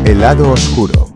El lado oscuro.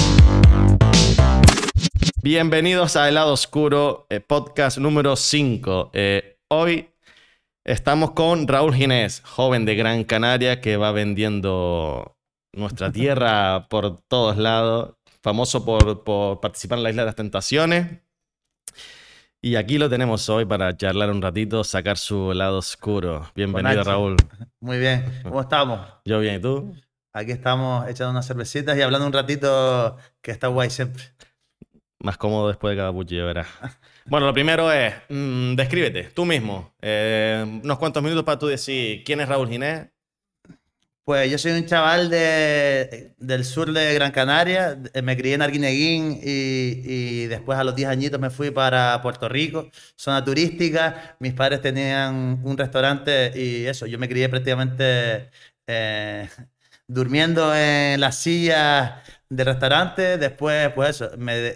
Bienvenidos a El lado oscuro, podcast número 5. Hoy estamos con Raúl Ginés, joven de Gran Canaria que va vendiendo nuestra tierra por todos lados, famoso por participar en la Isla de las Tentaciones. Y aquí lo tenemos hoy para charlar un ratito, sacar su lado oscuro. Bienvenido, Raúl. Muy bien. ¿Cómo estamos? Yo bien, ¿y tú? Aquí estamos echando unas cervecitas y hablando un ratito que está guay siempre. Más cómodo después de cada cuchillo, verás. Bueno, lo primero es, descríbete, tú mismo. Unos cuantos minutos para tú decir quién es Raúl Ginés. Pues yo soy un chaval del sur de Gran Canaria. Me crié en Arguineguín y después a los 10 añitos me fui para Puerto Rico, zona turística. Mis padres tenían un restaurante y eso, yo me crié prácticamente durmiendo en las sillas del restaurante. Después, pues eso,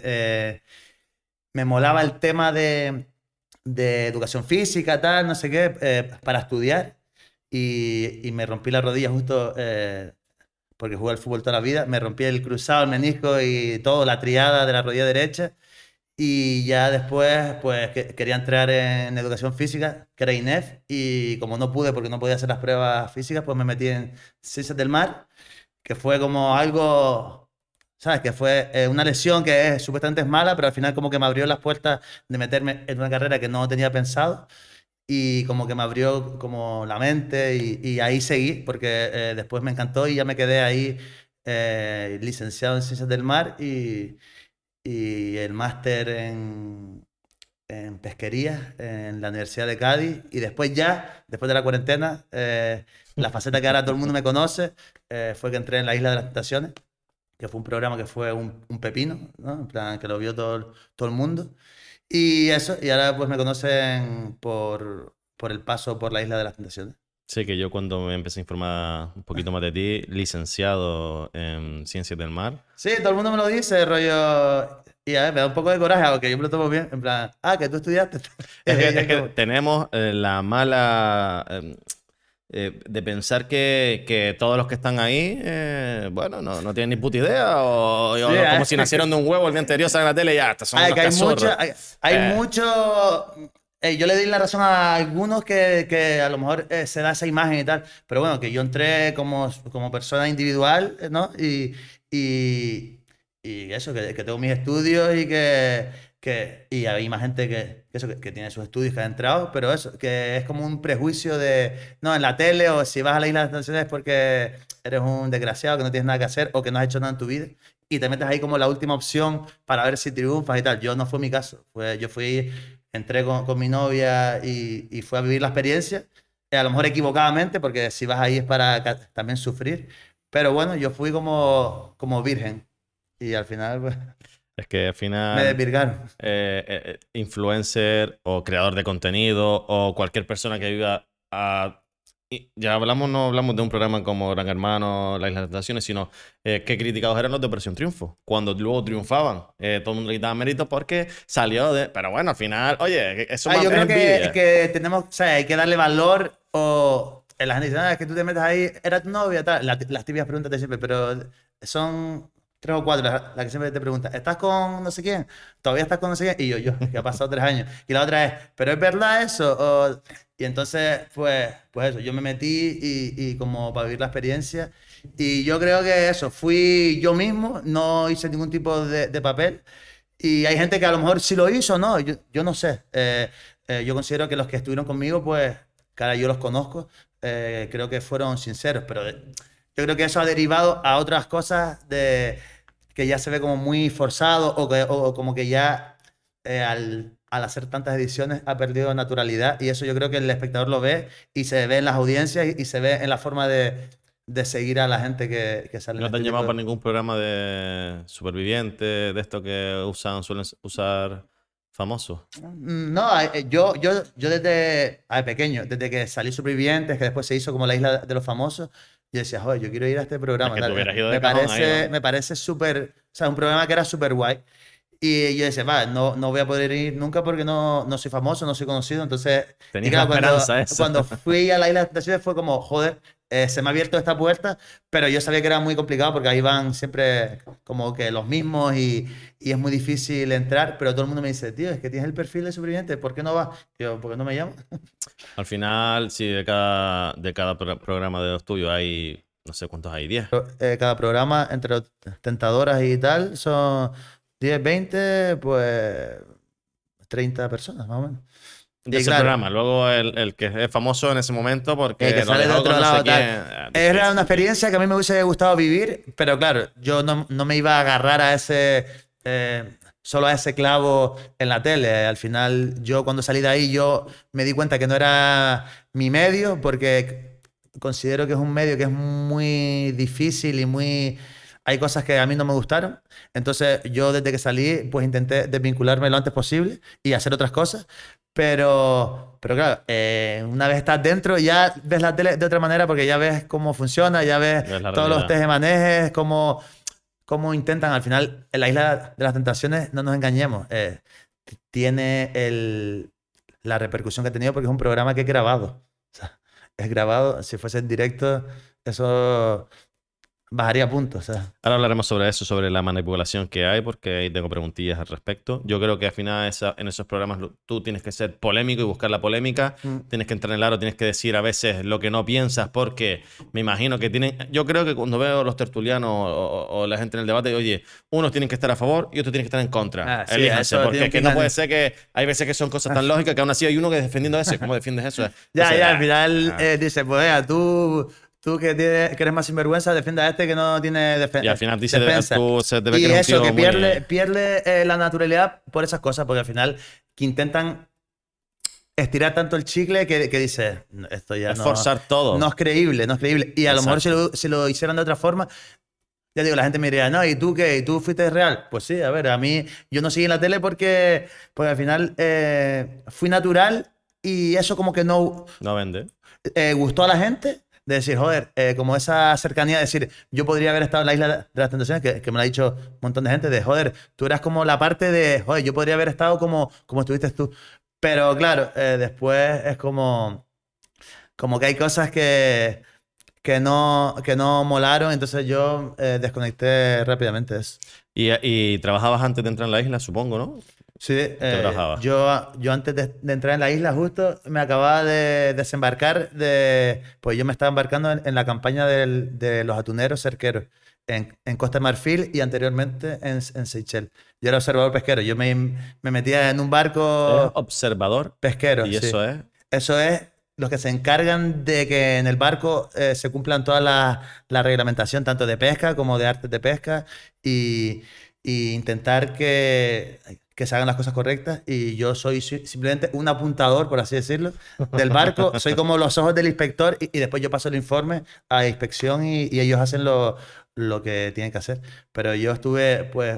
me molaba el tema de educación física, tal, no sé qué, para estudiar. Y me rompí la rodilla justo porque jugué al fútbol toda la vida. Me rompí el cruzado, el menisco y todo, la triada de la rodilla derecha. Y ya después, pues quería entrar en educación física, que era INEF. Y como no pude, porque no podía hacer las pruebas físicas, pues me metí en Ciencias del Mar, que fue como algo, ¿sabes? Que fue una lesión que supuestamente es mala, pero al final como que me abrió las puertas de meterme en una carrera que no tenía pensado. Y como que me abrió como la mente y ahí seguí, porque después me encantó y ya me quedé ahí licenciado en Ciencias del Mar y el máster en pesquería en la Universidad de Cádiz. Y después ya, después de la cuarentena, la faceta que ahora todo el mundo me conoce fue que entré en la Isla de las Tentaciones, que fue un programa que fue un pepino, ¿no? En plan, que lo vio todo el mundo. Y eso, y ahora pues me conocen por el paso por la Isla de las Tentaciones. Sí, que yo cuando me empecé a informar un poquito más de ti, licenciado en Ciencias del Mar. Sí, todo el mundo me lo dice, rollo. Y a ver, me da un poco de coraje, aunque yo me lo tomo bien. En plan, que tú estudiaste. Es que tenemos la mala de pensar que todos los que están ahí, bueno, no tienen ni puta idea. O como si nacieron de un huevo el día anterior, salen a la tele y ya, estos son unos cachorros. Hay mucho. Yo le di la razón a algunos que a lo mejor se da esa imagen y tal, pero bueno, que yo entré como persona individual, ¿no? Y eso, que tengo mis estudios y hay más gente que tiene sus estudios, que ha entrado, pero eso, que es como un prejuicio de, no, en la tele o si vas a la Isla de las Naciones es porque eres un desgraciado, que no tienes nada que hacer o que no has hecho nada en tu vida y te metes ahí como la última opción para ver si triunfas y tal. Yo no fue mi caso, entré con mi novia y fue a vivir la experiencia, a lo mejor equivocadamente, porque si vas ahí es para también sufrir, pero bueno, yo fui como virgen y al final pues, es que al final me desvirgaron. Influencer o creador de contenido o cualquier persona que viva ya no hablamos de un programa como Gran Hermano, La Isla de las Tentaciones, sino que criticados eran los de Operación Triunfo. Cuando luego triunfaban, todo el mundo le quitaba mérito porque salió de... Pero bueno, al final, oye, eso yo creo envidia. que tenemos, o sea, hay que darle valor o... La gente dice, es que tú te metes ahí, era tu novia, tal. Las tibias preguntas de siempre, pero son 3 o 4 las que siempre te preguntan, ¿estás con no sé quién? ¿Todavía estás con no sé quién? Y yo, que ha pasado 3 años. Y la otra es, ¿pero es verdad eso? Y entonces, pues eso, yo me metí y como para vivir la experiencia. Y yo creo que eso, fui yo mismo, no hice ningún tipo de papel. Y hay gente que a lo mejor sí lo hizo, ¿no? Yo no sé. Yo considero que los que estuvieron conmigo, pues, cara, yo los conozco, creo que fueron sinceros, pero yo creo que eso ha derivado a otras cosas que ya se ve como muy forzado o como que ya al hacer tantas ediciones ha perdido naturalidad y eso yo creo que el espectador lo ve y se ve en las audiencias y se ve en la forma de seguir a la gente que sale. ¿No te han llamado para ningún programa de supervivientes, de esto que suelen usar famosos? No, yo desde pequeño, desde que salí Supervivientes, que después se hizo como la Isla de los Famosos, yo decía, joder, yo quiero ir a este programa. Es que tú hubieras ido de cajón ahí, ¿no? Me parece súper, o sea, un programa que era súper guay. Y yo decía, no voy a poder ir nunca porque no soy famoso, no soy conocido. Entonces, Tenías la esperanza esa. cuando fui a la Isla de las Tentaciones fue como, joder, se me ha abierto esta puerta, pero yo sabía que era muy complicado porque ahí van siempre como que los mismos y es muy difícil entrar, pero todo el mundo me dice, tío, es que tienes el perfil de superviviente, ¿por qué no vas? Yo, ¿por qué no me llamo? Al final, sí, de cada programa de los tuyos hay, no sé cuántos hay, 10. Cada programa entre los tentadoras y tal son 10, 20, pues 30 personas más o menos. De Y ese claro, programa. Luego el que es famoso en ese momento porque el que lo sale de dejó otro con no sé lado, quién. tal. Era una experiencia que a mí me hubiese gustado vivir, pero claro, yo no me iba a agarrar a solo a ese clavo en la tele. Al final, yo cuando salí de ahí, yo me di cuenta que no era mi medio, porque considero que es un medio que es muy difícil y muy... Hay cosas que a mí no me gustaron. Entonces, yo desde que salí, pues intenté desvincularme lo antes posible y hacer otras cosas. Pero claro, una vez estás dentro, ya ves la tele de otra manera porque ya ves cómo funciona, ya ves Es la todos los realidad. tejemanejes, cómo intentan. Al final, en la Isla de las Tentaciones, no nos engañemos, tiene la repercusión que ha tenido porque es un programa que es grabado. O sea, es grabado, si fuese en directo, eso bajaría puntos. O sea. Ahora hablaremos sobre eso, sobre la manipulación que hay, porque ahí tengo preguntillas al respecto. Yo creo que al final en esos programas tú tienes que ser polémico y buscar la polémica. Tienes que entrar en el aro, tienes que decir a veces lo que no piensas, porque me imagino que tienen... Yo creo que cuando veo los tertulianos o la gente en el debate, oye, unos tienen que estar a favor y otros tienen que estar en contra. Sí, Elíjanse, eso porque tiene es que un no pinganillo. puede ser que hay veces que son cosas tan lógicas que aún así hay uno que defendiendo eso. ¿Cómo defiendes eso? Ya, Entonces, al final dice, pues venga, tú que eres más sinvergüenza, defienda a este que no tiene y al final dice, defensa. tú se te ve Y que eres un eso, tío que muy... pierde la naturalidad por esas cosas, porque al final que intentan estirar tanto el chicle que dice, esto ya Es forzar todo. no es creíble, no es creíble. Y a lo mejor Exacto. si lo hicieran de otra forma, ya digo, la gente me diría, no, ¿y tú qué? ¿Y tú fuiste real? Pues sí, a ver, a mí, yo no seguí en la tele porque al final fui natural y eso como que no No vende. gustó a la gente. De decir, joder, como esa cercanía, de decir, yo podría haber estado en la Isla de las Tentaciones, que me lo ha dicho un montón de gente, de joder, tú eras como la parte de, joder, yo podría haber estado como estuviste tú. Pero claro, después es como que hay cosas que no molaron, entonces yo desconecté rápidamente de eso. Y trabajabas antes de entrar en la isla, supongo, ¿no? Sí, ¿Qué trabajabas? yo antes de entrar en la isla justo me acababa de desembarcar pues yo me estaba embarcando en la campaña de los atuneros cerqueros en Costa de Marfil y anteriormente en Seychelles. Yo era observador pesquero, yo me metía en un Es barco observador. pesquero, Y sí. eso es. Eso es los que se encargan de que en el barco se cumplan toda la reglamentación, tanto de pesca como de artes de pesca, y intentar que se hagan las cosas correctas. Y yo soy simplemente un apuntador, por así decirlo, del barco. Soy como los ojos del inspector y después yo paso el informe a inspección y ellos hacen lo que tienen que hacer. Pero yo estuve pues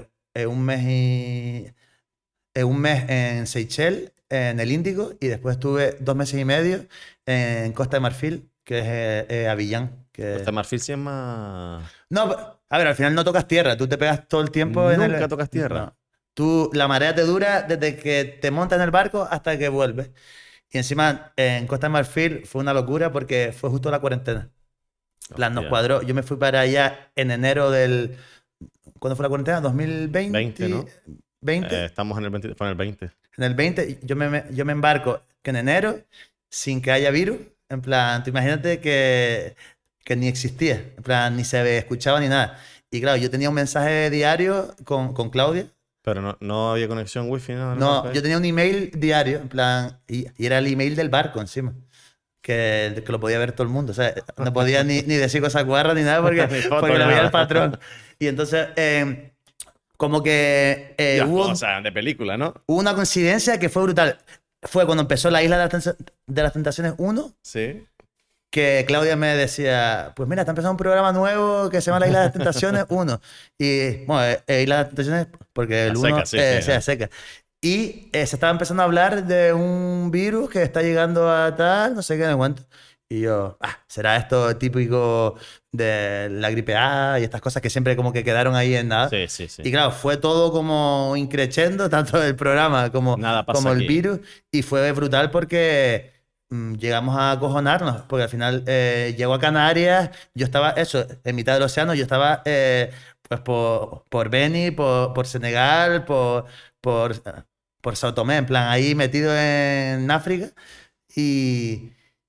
un mes en Seychelles, en el Índico, y después estuve 2 meses y medio en Costa de Marfil, que es Avillán. Costa de Marfil sí es más... No, a ver, al final no tocas tierra, tú te pegas todo el tiempo en Nunca tocas tierra. No. La marea te dura desde que te montas en el barco hasta que vuelves. Y encima, en Costa de Marfil fue una locura porque fue justo la cuarentena. En plan, nos Hostia. cuadró. Yo me fui para allá en enero del... ¿Cuándo fue la cuarentena? 2020. 20, ¿no? 20. Estamos en el 20, fue en el 20. En el 20 yo me embarco que en enero sin que haya virus. En plan, tú imagínate que ni existía. En plan, ni se escuchaba ni nada. Y claro, yo tenía un mensaje diario con Claudia. Pero no había conexión wifi, ¿no? En el No, barco ahí. yo tenía un email diario, en plan, y era el email del barco encima. Que lo podía ver todo el mundo. O sea, no podía ni decir cosas guarras ni nada porque, Ni foto, porque lo veía nada. el patrón. Y entonces, como que Ya, hubo o sea, de película, ¿no? hubo una coincidencia que fue brutal. Fue cuando empezó la Isla de las Tentaciones 1, Sí. que Claudia me decía, pues mira, está empezando un programa nuevo que se llama La Isla de las Tentaciones 1. Y bueno, Isla de las Tentaciones porque el A 1 seca, sí, sí, sea seca. Y se estaba empezando a hablar de un virus que está llegando a tal, no sé qué, no cuento. Y yo, será esto típico de la gripe A y estas cosas que siempre como que quedaron ahí en nada. Sí, sí, sí. Y claro, fue todo como increchendo, tanto el programa como Nada pasa el aquí. virus. Y fue brutal porque llegamos a acojonarnos, porque al final llego a Canarias, yo estaba, eso, en mitad del océano, yo estaba pues por Beni, por Senegal, por, por Sao Tomé, en plan, ahí metido en África, y,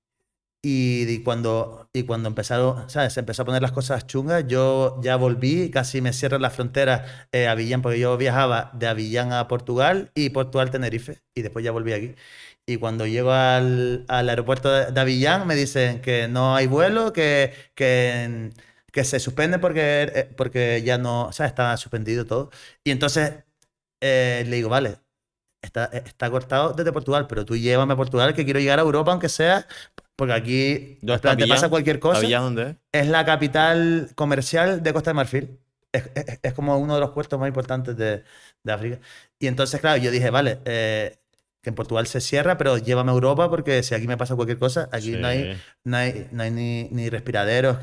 y cuando empezaron, ¿sabes? Se empezó a poner las cosas chungas, yo ya volví, casi me cierran las fronteras a Avillán, porque yo viajaba de Avillán a Portugal y Portugal Tenerife, y después ya volví aquí. Y cuando llego al aeropuerto de Avillán, me dicen que no hay vuelo, que se suspende porque ya no, o sea, está suspendido todo. Y entonces le digo, vale, está cortado desde Portugal, pero tú llévame a Portugal, que quiero llegar a Europa, aunque sea, porque aquí, ¿Dónde en está plan, te pasa Avillán? cualquier cosa. ¿Avillán dónde es? Es la capital comercial de Costa de Marfil. Es como uno de los puertos más importantes de África. Y entonces, claro, yo dije, vale, que en Portugal se cierra, pero llévame a Europa porque si aquí me pasa cualquier cosa, aquí no hay, Sí. no hay ni respiraderos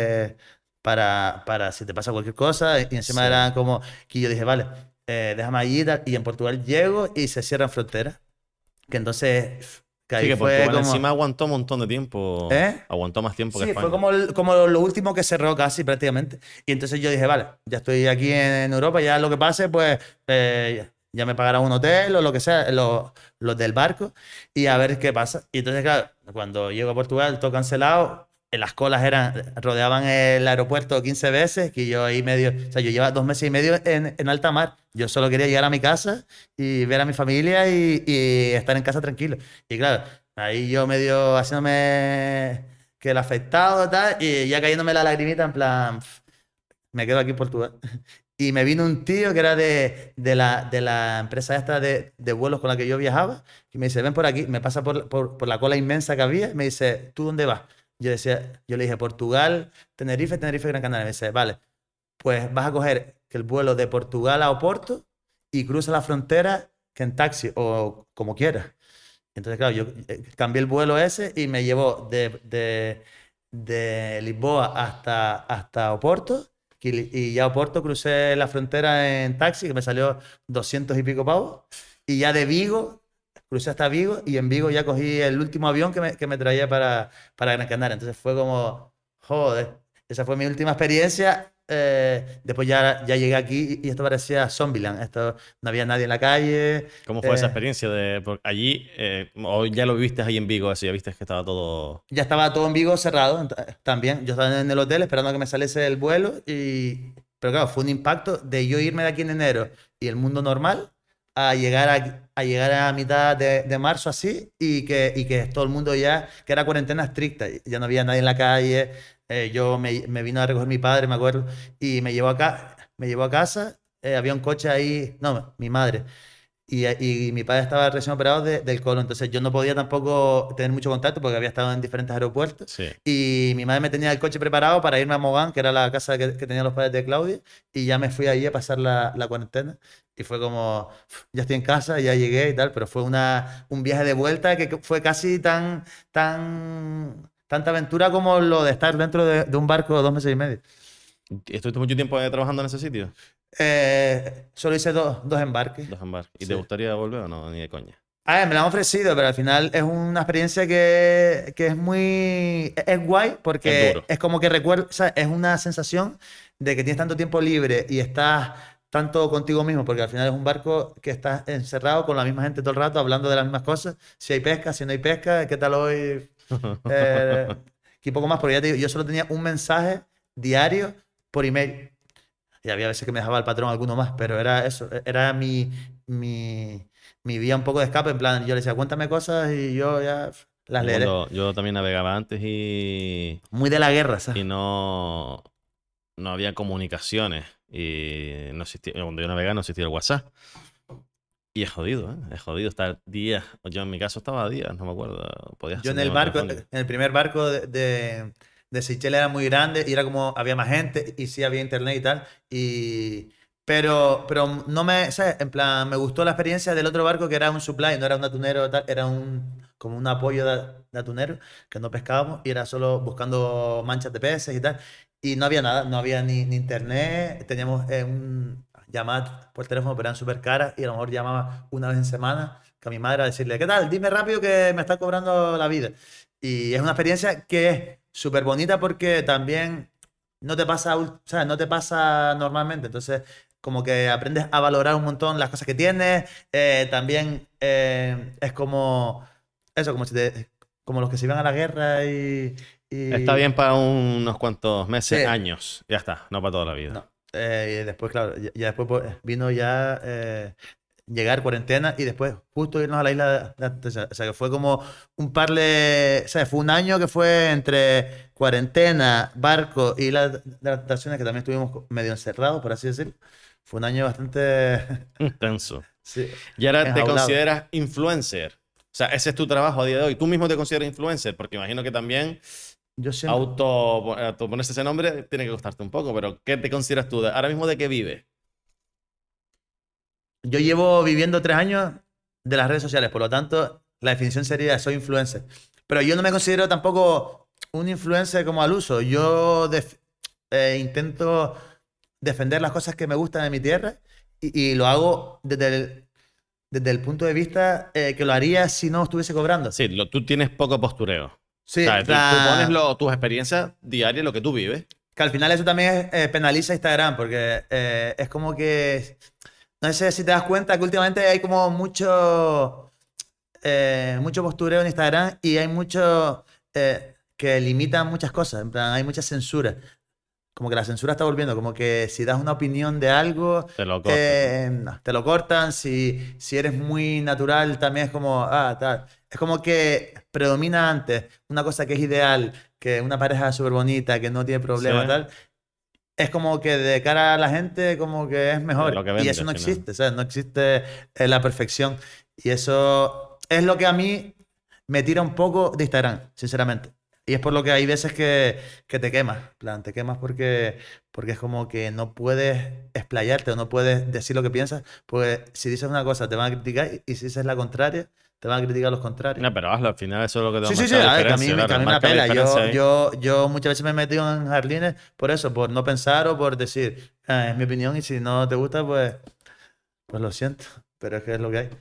para si te pasa cualquier cosa. Y encima Sí. era como que yo dije, vale, déjame allí y tal. Y en Portugal llego y se cierran fronteras. Que entonces, que Sí, ahí que fue Portugal encima como... aguantó un montón de tiempo. ¿Eh? Aguantó más tiempo que Sí, fue España. como lo último que cerró casi prácticamente. Y entonces yo dije, vale, ya estoy aquí en Europa, ya lo que pase, pues ya me pagarán un hotel o lo que sea, los del barco, y a ver qué pasa. Y entonces, claro, cuando llego a Portugal, todo cancelado, las colas rodeaban el aeropuerto 15 veces, que yo ahí medio, o sea, yo llevaba 2 meses y medio en alta mar. Yo solo quería llegar a mi casa y ver a mi familia y estar en casa tranquilo. Y claro, ahí yo medio haciéndome que el afectado, tal, y ya cayéndome la lagrimita en plan, me quedo aquí en Portugal. Y me vino un tío que era de la empresa esta de vuelos con la que yo viajaba, y me dice, ven por aquí, me pasa por la cola inmensa que había, y me dice, ¿tú dónde vas? Yo le dije, Portugal, Tenerife, Tenerife, Gran Canaria. Me dice, vale, pues vas a coger que el vuelo de Portugal a Oporto y cruza la frontera que en taxi o como quieras. Entonces, claro, yo cambié el vuelo ese y me llevó de Lisboa hasta Oporto. Y ya Oporto crucé la frontera en taxi, que me salió 200 y pico pavos. Y ya de Vigo, crucé hasta Vigo y en Vigo ya cogí el último avión que me traía para Gran Canaria. Entonces fue como, joder, esa fue mi última experiencia. Después ya llegué aquí y esto parecía Zombieland. Esto, no había nadie en la calle. ¿Cómo fue esa eh, experiencia allí? ¿O ya lo viste ahí en Vigo? Así, ya viste que estaba todo. Ya estaba todo en Vigo cerrado también. Yo estaba en el hotel esperando a que me saliese el vuelo pero claro, fue un impacto de yo irme de aquí en enero y el mundo normal a llegar a mitad de marzo así y que todo el mundo ya, que era cuarentena estricta, ya no había nadie en la calle. Yo me vino a recoger mi padre, me acuerdo, y me llevó a casa. Había un coche ahí, no, mi madre. Y mi padre estaba recién operado del colon, entonces yo no podía tampoco tener mucho contacto porque había estado en diferentes aeropuertos. Sí. Y mi madre me tenía el coche preparado para irme a Mogán, que era la casa que tenían los padres de Claudia, y ya me fui ahí a pasar la cuarentena. Y fue como, ya estoy en casa, ya llegué y tal, pero fue un viaje de vuelta que fue casi tanta aventura como lo de estar dentro de un barco 2 meses y medio. ¿Estuviste mucho tiempo trabajando en ese sitio? Solo hice dos embarques. Dos embarques. ¿Y te Sí. gustaría volver o no? Ni de coña. A ver, me la han ofrecido, pero al final es una experiencia que es muy... Es guay Es porque duro. es como que recuerda, es una sensación de que tienes tanto tiempo libre y estás tanto contigo mismo, porque al final es un barco que estás encerrado con la misma gente todo el rato, hablando de las mismas cosas. Si hay pesca, si no hay pesca, ¿qué tal hoy? Eh, y poco más, porque ya te digo, yo solo tenía un mensaje diario por email. Y había veces que me dejaba el patrón alguno más, pero era eso, era mi vía un poco de escape, en plan, yo le decía, cuéntame cosas y yo ya las leeré. Yo también navegaba antes Muy de la guerra, y ¿sabes? no había comunicaciones. Y no existía, cuando yo navegaba no existía el WhatsApp. Y es jodido, ¿eh? Es jodido estar días. Yo en mi caso estaba días, no me acuerdo. Podías Yo hacer en el llamadas barco, en telefónicas. el primer barco de Seychelles era muy grande y era como, había más gente y sí había internet y tal. Pero no me, ¿sabes? En plan, me gustó la experiencia del otro barco que era un supply, no era un atunero, tal, era como un apoyo de atunero que no pescábamos y era solo buscando manchas de peces y tal. Y no había nada, no había ni internet, teníamos llamadas por teléfono, pero eran súper caras y a lo mejor llamaba una vez en semana que a mi madre a decirle, ¿qué tal? Dime rápido que me está cobrando la vida. Y es una experiencia que es súper bonita porque también no te pasa, ¿sabes? No te pasa normalmente. Entonces, como que aprendes a valorar un montón las cosas que tienes. También es como eso, como los que se iban a la guerra Está y... bien para unos cuantos Sí, meses, años. Ya está, no para toda la vida. no. Y después, claro, ya después pues, vino ya llegar cuarentena y después justo irnos a la isla de Artesia. O sea, que fue como un par de... O sea, fue un año que fue entre cuarentena, barco y las adaptaciones que también estuvimos medio encerrados, por así decirlo. Fue un año bastante... Intenso. sí, Y ahora te enjaulado. consideras influencer. O sea, ese es tu trabajo a día de hoy. Tú mismo te consideras influencer, porque imagino que también Yo siempre... ponerse ese nombre tiene que costarte un poco, pero ¿qué te consideras tú? Ahora mismo de qué vives. Yo llevo viviendo 3 años de las redes sociales, por lo tanto, la definición sería soy influencer. Pero yo no me considero tampoco un influencer como al uso. Intento defender las cosas que me gustan de mi tierra y lo hago desde el punto de vista que lo haría si no estuviese cobrando. Sí, tú tienes poco postureo. O Sí, sea, tú pones tus experiencias diarias, lo que tú vives. que al final eso también penaliza a Instagram, porque es como que, no sé si te das cuenta que últimamente hay como mucho postureo en Instagram y hay mucho que limitan muchas cosas, en plan, hay mucha censura. Como que la censura está volviendo, como que si das una opinión de algo, Te lo cortan. no, te lo cortan, si eres muy natural también es como, tal. Es como que predomina antes una cosa que es ideal, que una pareja súper bonita, que no tiene Sí, problema, tal. Es como que de cara a la gente como que es es lo mejor. que Y vende eso al no final. existe, ¿sabes? No existe la perfección. Y eso es lo que a mí me tira un poco de Instagram, sinceramente. Y es por lo que hay veces que te quemas. En plan, te quemas porque es como que no puedes explayarte o no puedes decir lo que piensas. Pues si dices una cosa te van a criticar y si dices la contraria, te van a criticar los contrarios. No, pero hazlo, al final eso es lo que te Sí, sí, sí, marca la a ver, que a diferencia, mí, que claro, a mí me marca la apela. diferencia Yo, ahí. yo, yo muchas veces me he metido en jardines por eso, por no pensar o por decir, es mi opinión y si no te gusta, pues lo siento, pero es que es lo que hay.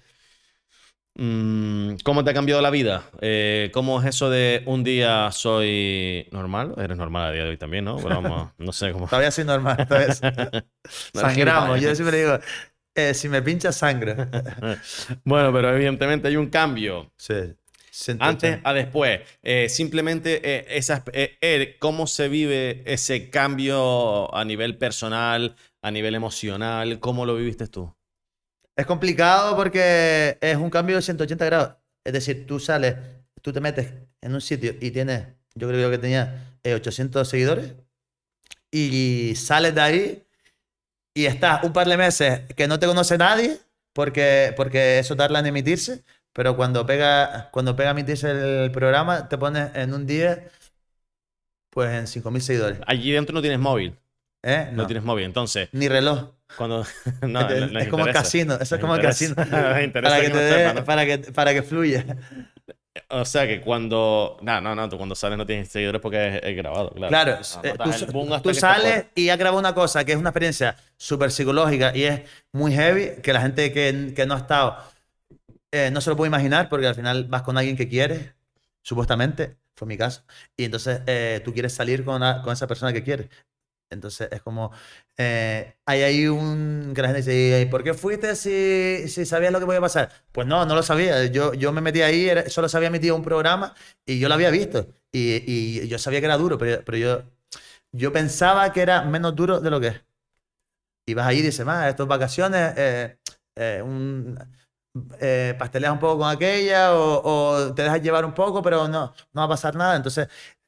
¿Cómo te ha cambiado la vida? ¿Cómo es eso de un día soy normal? Eres normal a día de hoy también, ¿no? Pero vamos, no sé cómo. Todavía soy normal, todavía No eres sangramos. gilipollas. Yo siempre digo, si me pincha sangre. Bueno, pero evidentemente hay un cambio. Sí, Antes 180. a después. Simplemente cómo se vive ese cambio a nivel personal, a nivel emocional, ¿cómo lo viviste tú? Es complicado porque es un cambio de 180 grados. Es decir, tú te metes en un sitio y tienes, yo creo que tenía 800 seguidores y sales de ahí y estás un par de meses que no te conoce nadie, porque eso tarda en emitirse, pero cuando pega a emitirse el programa, te pones en un día, pues en 5.000 seguidores. Allí dentro no tienes móvil. ¿Eh? No No, tienes móvil. Entonces, ni reloj. cuando. No, les Es como interesa. casino, eso es Les como interesa. casino. Les Para interesa que que te no sepa, dé, ¿no? para que fluya. O sea que cuando. No, no, no. Tú cuando sales no tienes seguidores porque es grabado, claro. Claro, Notas el boom tú hasta que está sales fuera. y has grabado una cosa que es una experiencia súper psicológica y es muy heavy, que la gente que no ha estado no se lo puede imaginar porque al final vas con alguien que quieres, supuestamente, fue mi caso, y entonces tú quieres salir con esa persona que quieres. Entonces es como, hay ahí que la gente dice, ¿y por qué fuiste si sabías lo que podía pasar? Pues no, no lo sabía. Yo me metí ahí, solo se había emitido un programa y yo lo había visto. Y yo sabía que era duro, pero yo pensaba que era menos duro de lo que es. Y vas ahí y dices, más, estas vacaciones, pasteleas un poco con aquella o te dejas llevar un poco, pero no va a pasar nada. Entonces,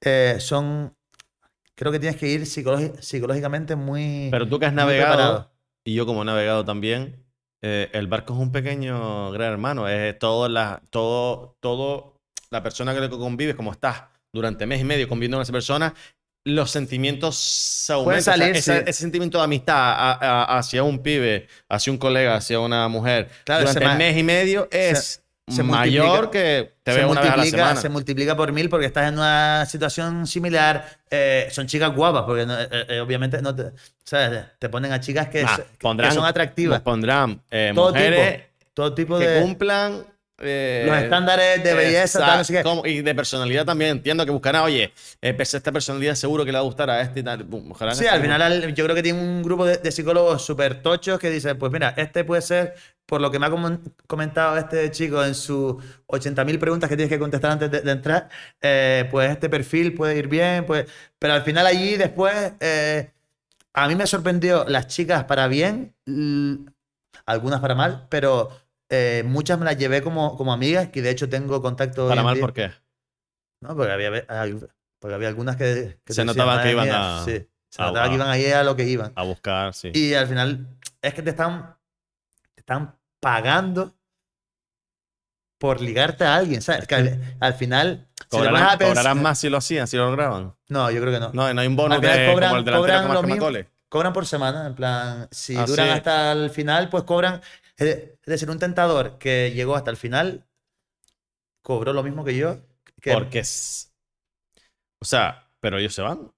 creo que tienes que ir psicológicamente muy, Pero tú que has muy navegado, preparado. y yo como he navegado también, el barco es un pequeño gran hermano. Es todo la persona que le convives, como estás durante mes y medio conviviendo con esa persona, los sentimientos se Puedes aumentan. O sea, salir, sí. ese sentimiento de amistad hacia un pibe, hacia un colega, hacia una mujer, Claro, durante el mes y medio se, es. mayor que te ve una vez a la semana. Se multiplica por 1000 porque estás en una situación similar. Son chicas guapas, porque obviamente no te, ¿sabes? Te ponen a chicas que son atractivas. Pondrán Todo mujeres todo tipo que de cumplan los estándares de belleza, tal, no sé qué. Y de personalidad también. Entiendo que buscarán, oye, esta personalidad seguro que le va a gustar a este y tal. Ojalá Sí, al final yo creo que tiene un grupo de psicólogos súper tochos que dicen, pues mira, este puede ser, por lo que me ha comentado este chico en sus 80.000 preguntas que tienes que contestar antes de entrar, pues este perfil puede ir bien, pues, pero al final allí después, a mí me sorprendió las chicas para bien, algunas para mal, pero muchas me las llevé como amigas, que de hecho tengo contacto ¿Para hoy en mal día. por qué? No, porque había algunas que Se te notaba decían, que "Madre iban mía", a, sí, se notaba que iban ahí a lo que iban. a buscar, sí. Y al final es que te están pagando por ligarte a alguien, ¿sabes? Que al final, si te pones a pensar... ¿Cobrarán más si lo hacían, si lo lograban? No, yo creo que no. No, no hay un bonus Al final como el delantero que más lo que mismo, Macole. cobran por semana, en plan, si Ah, duran sí. hasta el final, pues cobran. Es decir, un tentador que llegó hasta el final cobró lo mismo que yo. Porque o sea, pero ellos se van.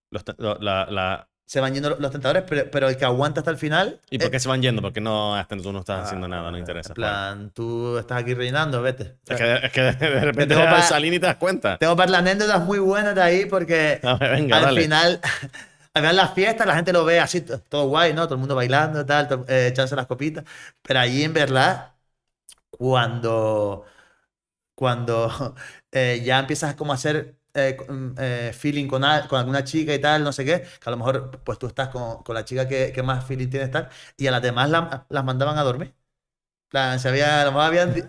Se van yendo los tentadores, pero el que aguanta hasta el final. ¿Y por qué se van yendo? Porque tú no estás haciendo nada, no interesa. En plan, tú estás aquí rellenando, vete. Es que de repente vas al salín y te das cuenta. Tengo par de anécdotas muy buenas de ahí porque Venga, al dale. final las fiestas, la gente lo ve así, todo guay, ¿no? Todo el mundo bailando, tal, echándose las copitas. Pero allí, en verdad, cuando ya empiezas como a hacer feeling con alguna chica y tal, no sé qué, que a lo mejor pues tú estás con la chica que más feeling tienes tal, y a las demás las mandaban a dormir. En plan, a lo mejor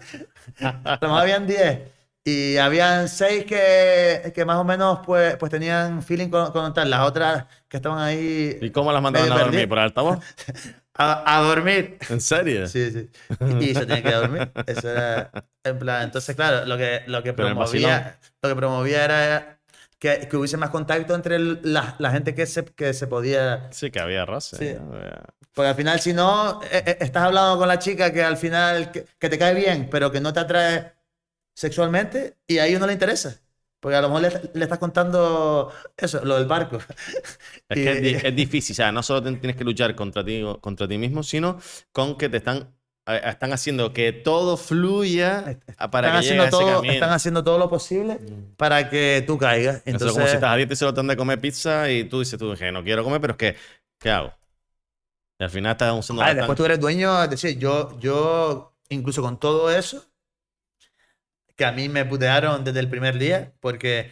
a lo mejor habían 10 y habían 6 que más o menos pues tenían feeling con tal. Las otras que estaban ahí. ¿Y cómo las mandaban a dormir? ¿Por altavoz? A dormir. ¿En serio? Sí, sí. Y se tenía que dormir. Eso era. En plan, entonces, claro, lo que promovía era que hubiese más contacto entre la gente que se podía. Sí, que había roce. Sí. Porque al final, si no, estás hablando con la chica que al final que te cae bien, pero que no te atrae sexualmente, y a ellos no le interesa. Porque a lo mejor le estás contando eso, lo del barco. Es que es difícil. O sea, no solo tienes que luchar contra ti mismo, sino con que están haciendo que todo fluya para que llegue a ese camino. Están haciendo todo lo posible para que tú caigas. Entonces, eso es como si estás a dieta y se lo dan de comer pizza y tú dices, que no quiero comer, pero es que, ¿qué hago? Y al final estás usando después tú eres dueño, es decir, yo incluso con todo eso, que a mí me putearon desde el primer día, porque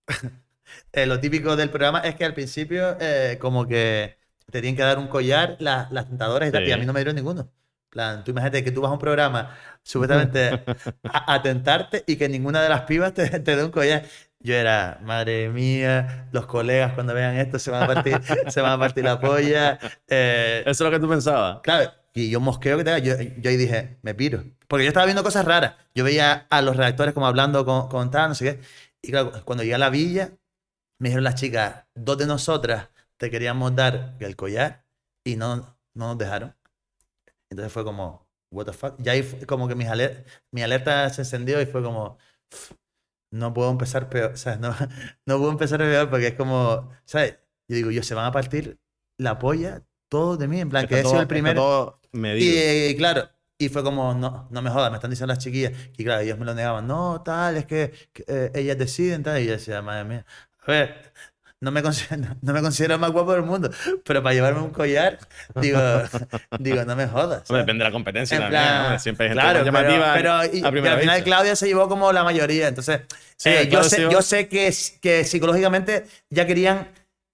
lo típico del programa es que al principio como que te tienen que dar un collar las tentadoras y tal, y a mí no me dieron ninguno. En plan, tú imagínate que tú vas a un programa supuestamente a tentarte y que ninguna de las pibas te dé un collar. Yo era, madre mía, los colegas cuando vean esto se van a partir la polla. Eso es lo que tú pensabas. Claro, y yo mosqueo que te haga. Yo ahí dije, me piro. Porque yo estaba viendo cosas raras. Yo veía a los redactores como hablando con tal, no sé qué. Y claro, cuando llegué a la villa, me dijeron las chicas, 2 de nosotras te queríamos dar el collar y no nos dejaron. Entonces fue como, what the fuck. Ya ahí como que mi alerta se encendió y fue como, no puedo empezar peor. O sea, no puedo empezar peor porque es como, ¿sabes? Yo digo, se van a partir la polla todos de mí, en plan, que he sido el primero. Todo medido. Y claro, y fue como, no me jodas, me están diciendo las chiquillas. Y claro, ellos me lo negaban, no, tal, es que ellas deciden, tal. Y yo decía, madre mía, a ver, no me considero el más guapo del mundo, pero para llevarme un collar, digo, no me jodas. Hombre, depende de la competencia en también. plan, Hombre, siempre hay gente claro, más llamativa pero a al primera final vista. Claudia se llevó como la mayoría. Entonces, Sí, yo sé que psicológicamente ya querían.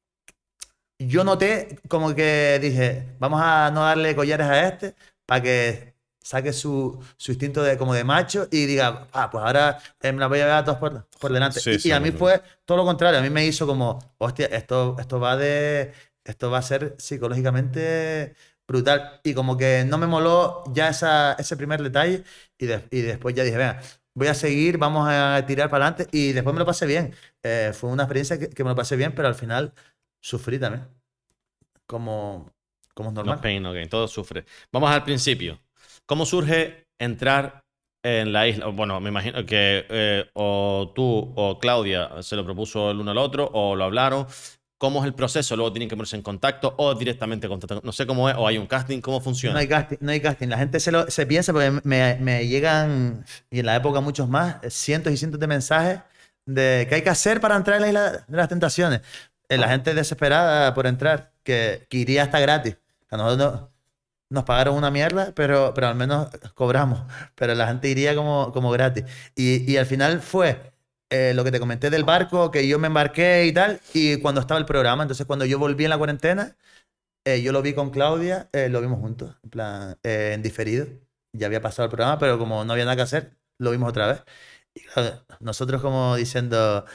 Yo noté como que dije, vamos a no darle collares a este para que saque su instinto como de macho y diga, pues ahora me la voy a llevar a todos por delante. Sí, y a mí fue todo lo contrario. A mí me hizo como, hostia, esto va a ser psicológicamente brutal. Y como que no me moló ya ese primer detalle y después ya dije, venga, voy a seguir, vamos a tirar para adelante. Y después me lo pasé bien. Fue una experiencia que me lo pasé bien, pero al final sufrí también. Como es normal. No pain, no gain, todo sufre. Vamos al principio. ¿Cómo surge entrar en la isla, bueno, me imagino que o tú o Claudia se lo propuso el uno al otro o lo hablaron. ¿Cómo es el proceso? Luego tienen que ponerse en contacto o directamente contactar. No sé cómo es, o hay un casting, ¿cómo No hay funciona? casting, no hay casting. La gente se piensa, porque me llegan, y en la época muchos más, cientos y cientos de mensajes de qué hay que hacer para entrar en la Isla de las Tentaciones. La gente desesperada por entrar, que iría hasta gratis. A nosotros nos pagaron una mierda, pero al menos cobramos. Pero la gente iría como gratis. Y al final fue lo que te comenté del barco, que yo me embarqué y tal, y cuando estaba el programa. Entonces, cuando yo volví en la cuarentena, yo lo vi con Claudia, lo vimos juntos, en plan, en diferido. Ya había pasado el programa, pero como no había nada que hacer, lo vimos otra vez. Y claro, nosotros como diciendo...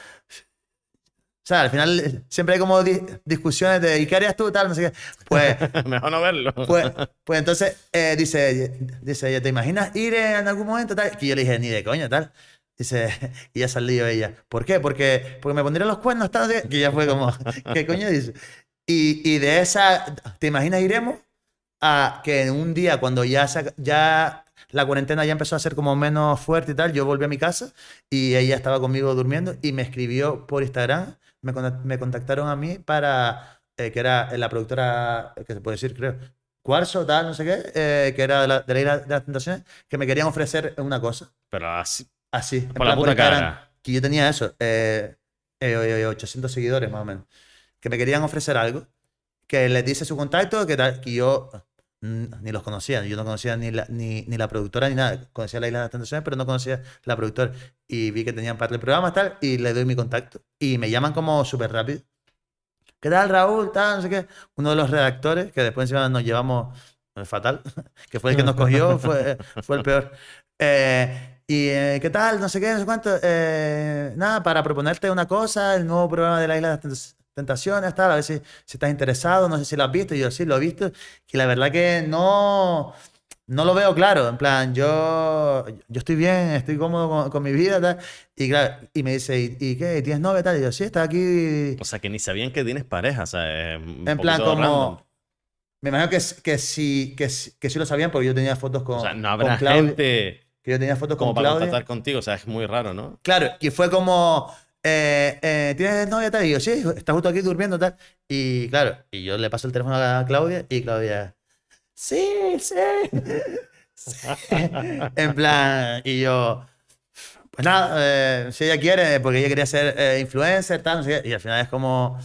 O sea, al final siempre hay como discusiones de ¿y qué harías tú? Tal, no sé qué. Pues, Mejor no verlo. pues, pues entonces dice ella, ¿te imaginas ir en algún momento? Tal? Que yo le dije, ni de coña, tal. Dice, y ya salió ella. ¿Por qué? Porque me pondrían los cuernos, tal. No sé qué. Que ya fue como, ¿qué coño dice? Y de esa, ¿te imaginas iremos? A que en un día, cuando ya la cuarentena ya empezó a ser como menos fuerte y tal, yo volví a mi casa y ella estaba conmigo durmiendo y me escribió por Instagram, me contactaron a mí para, que era la productora, que se puede decir, creo, Cuarzo, tal, no sé qué, que era de la Isla de las Tentaciones, que me querían ofrecer una cosa, Pero así, así, en por la plan por puta Instagram, cara. que yo tenía eso, 800 seguidores más o menos, que me querían ofrecer algo, que les dice su contacto, que yo ni los conocía, yo no conocía ni la productora ni nada, conocía la Isla de las Tentaciones, pero no conocía la productora, y vi que tenían par de programas tal, y le doy mi contacto, y me llaman como súper rápido. ¿Qué tal, Raúl? Tal, no sé qué. Uno de los redactores, que después encima nos llevamos fatal, que fue el que nos cogió, fue el peor. ¿Qué tal? No sé qué, no sé cuánto. Nada, para proponerte una cosa, el nuevo programa de la Isla de las Tentaciones, tal, a ver si estás interesado, no sé si lo has visto. Y yo sí, lo he visto. Y la verdad que no lo veo claro. En plan, yo estoy bien, estoy cómodo con mi vida, tal. Y claro, y me dice, ¿y qué? ¿Tienes novia, tal? Y yo, sí, está aquí. O sea, que ni sabían que tienes pareja, o sea, es un En plan, poquito random. como. Me imagino que sí lo sabían porque yo tenía fotos O sea, no con habrá Claudia. gente Que yo tenía fotos con como para Claudia. contactar contigo, o sea, es muy raro, ¿no? Claro, y fue como. ¿Tienes novia tal? Y yo, sí, está justo aquí durmiendo tal. Y claro, y yo le paso el teléfono a Claudia y Claudia. Sí, sí. Sí. En plan, y yo. Pues nada, si ella quiere, porque ella quería ser influencer, tal, no sé qué, y al final es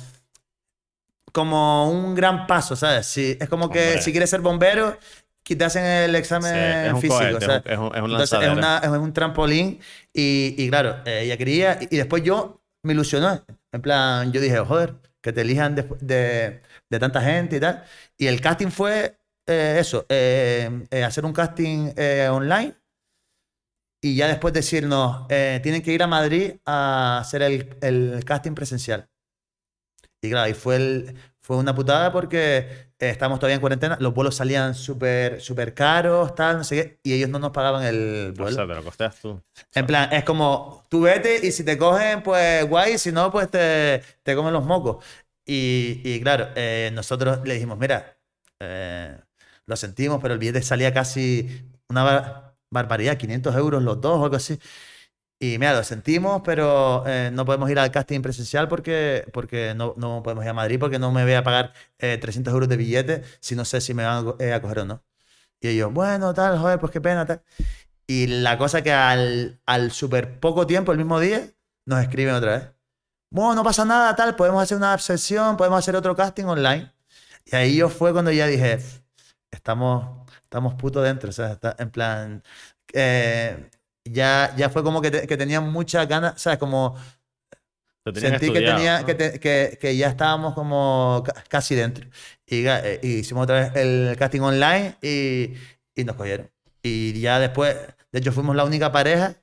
como un gran paso, ¿sabes? Es como que si Hombre, quieres ser bombero, que te hacen el sí, es examen un físico, cohete, ¿sabes? es un Entonces es, lanzadero. es un trampolín y claro, ella quería y después yo me ilusionó. En plan, yo dije, joder, que te elijan de tanta gente y tal. Y el casting fue eso, hacer un casting online y ya después decirnos, tienen que ir a Madrid a hacer el casting presencial. Y claro, y fue una putada porque estábamos todavía en cuarentena, los vuelos salían súper súper caros, tal, no sé qué, y ellos no nos pagaban el O sea, vuelo. te lo costeas tú. O En sea, plan, es como, tú vete y si te cogen, pues guay, si no, pues te comen los mocos. Y claro, nosotros le dijimos, mira, eh, lo sentimos, pero el billete salía casi una barbaridad, 500 euros los dos o algo así. Y mira, lo sentimos, pero no podemos ir al casting presencial porque no podemos ir a Madrid porque no me voy a pagar 300 euros de billete si no sé si me van a coger o no. Y ellos, bueno, tal, joder, pues qué pena, tal. Y la cosa que al súper poco tiempo, el mismo día, nos escriben otra vez. Bueno, no pasa nada, tal, podemos hacer una sesión, podemos hacer otro casting online. Y ahí yo fue cuando ya dije, estamos puto dentro, o sea, en plan, eh, ya fue como que tenía muchas ganas, ¿sabes? Como te tenían sentí que estudiado, tenía, ¿no? que ya estábamos como casi dentro. Y hicimos otra vez el casting online y nos cogieron. Y ya después, de hecho, fuimos la única pareja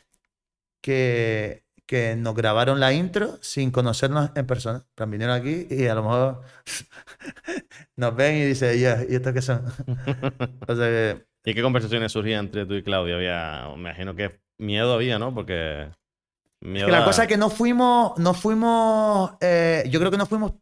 que nos grabaron la intro sin conocernos en persona. En plan, vinieron aquí y a lo mejor nos ven y dicen, ya, ¿y estos qué son? O sea que, ¿Y qué conversaciones surgían entre tú y Claudia? Me imagino que miedo había, ¿no? Porque es que miedo la cosa es a... que yo creo que no fuimos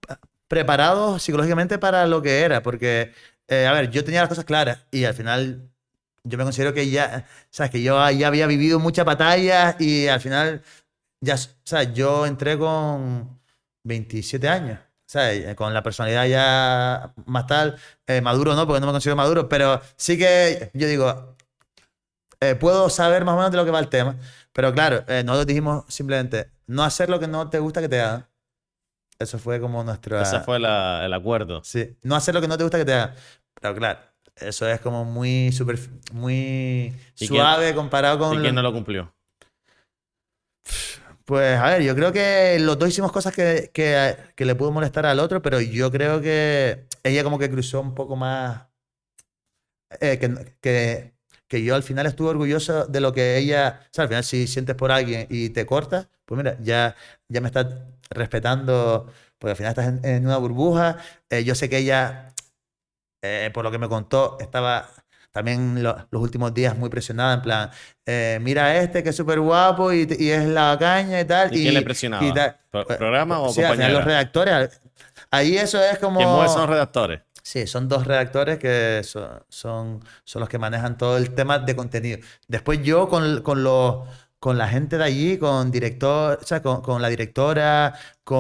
preparados psicológicamente para lo que era, porque, a ver, yo tenía las cosas claras y al final yo me considero que ya, sabes, que yo ya había vivido muchas batallas y al final, ya, sabes, yo entré con 27 años, ¿sabes? Con la personalidad ya más tal, maduro no, porque no me considero maduro, pero sí que yo digo, puedo saber más o menos de lo que va el tema, pero claro, nosotros dijimos simplemente, no hacer lo que no te gusta que te hagan. Eso fue como Ese nuestra... fue el acuerdo. Sí, no hacer lo que no te gusta que te hagan. Pero claro, eso es como muy, muy ¿Y quién, suave comparado y con quién no lo cumplió? Pues a ver, yo creo que los dos hicimos cosas que le pudo molestar al otro, pero yo creo que ella como que cruzó un poco más... que yo al final estuve orgulloso de lo que ella... O sea, al final si sientes por alguien y te cortas, pues mira, ya me estás respetando, porque al final estás en una burbuja. Yo sé que ella por lo que me contó, estaba también los últimos días muy presionada, en plan, mira a este que es súper guapo y es la caña y tal. ¿Y quién le Y presionaba? tal. ¿Programa o Sí, al final los compañera? redactores, ahí eso es ¿Quién mueve son los como... redactores? Sí, son dos redactores que son los que manejan todo el tema de contenido. Después yo con la gente de allí, con director, o sea, con la directora,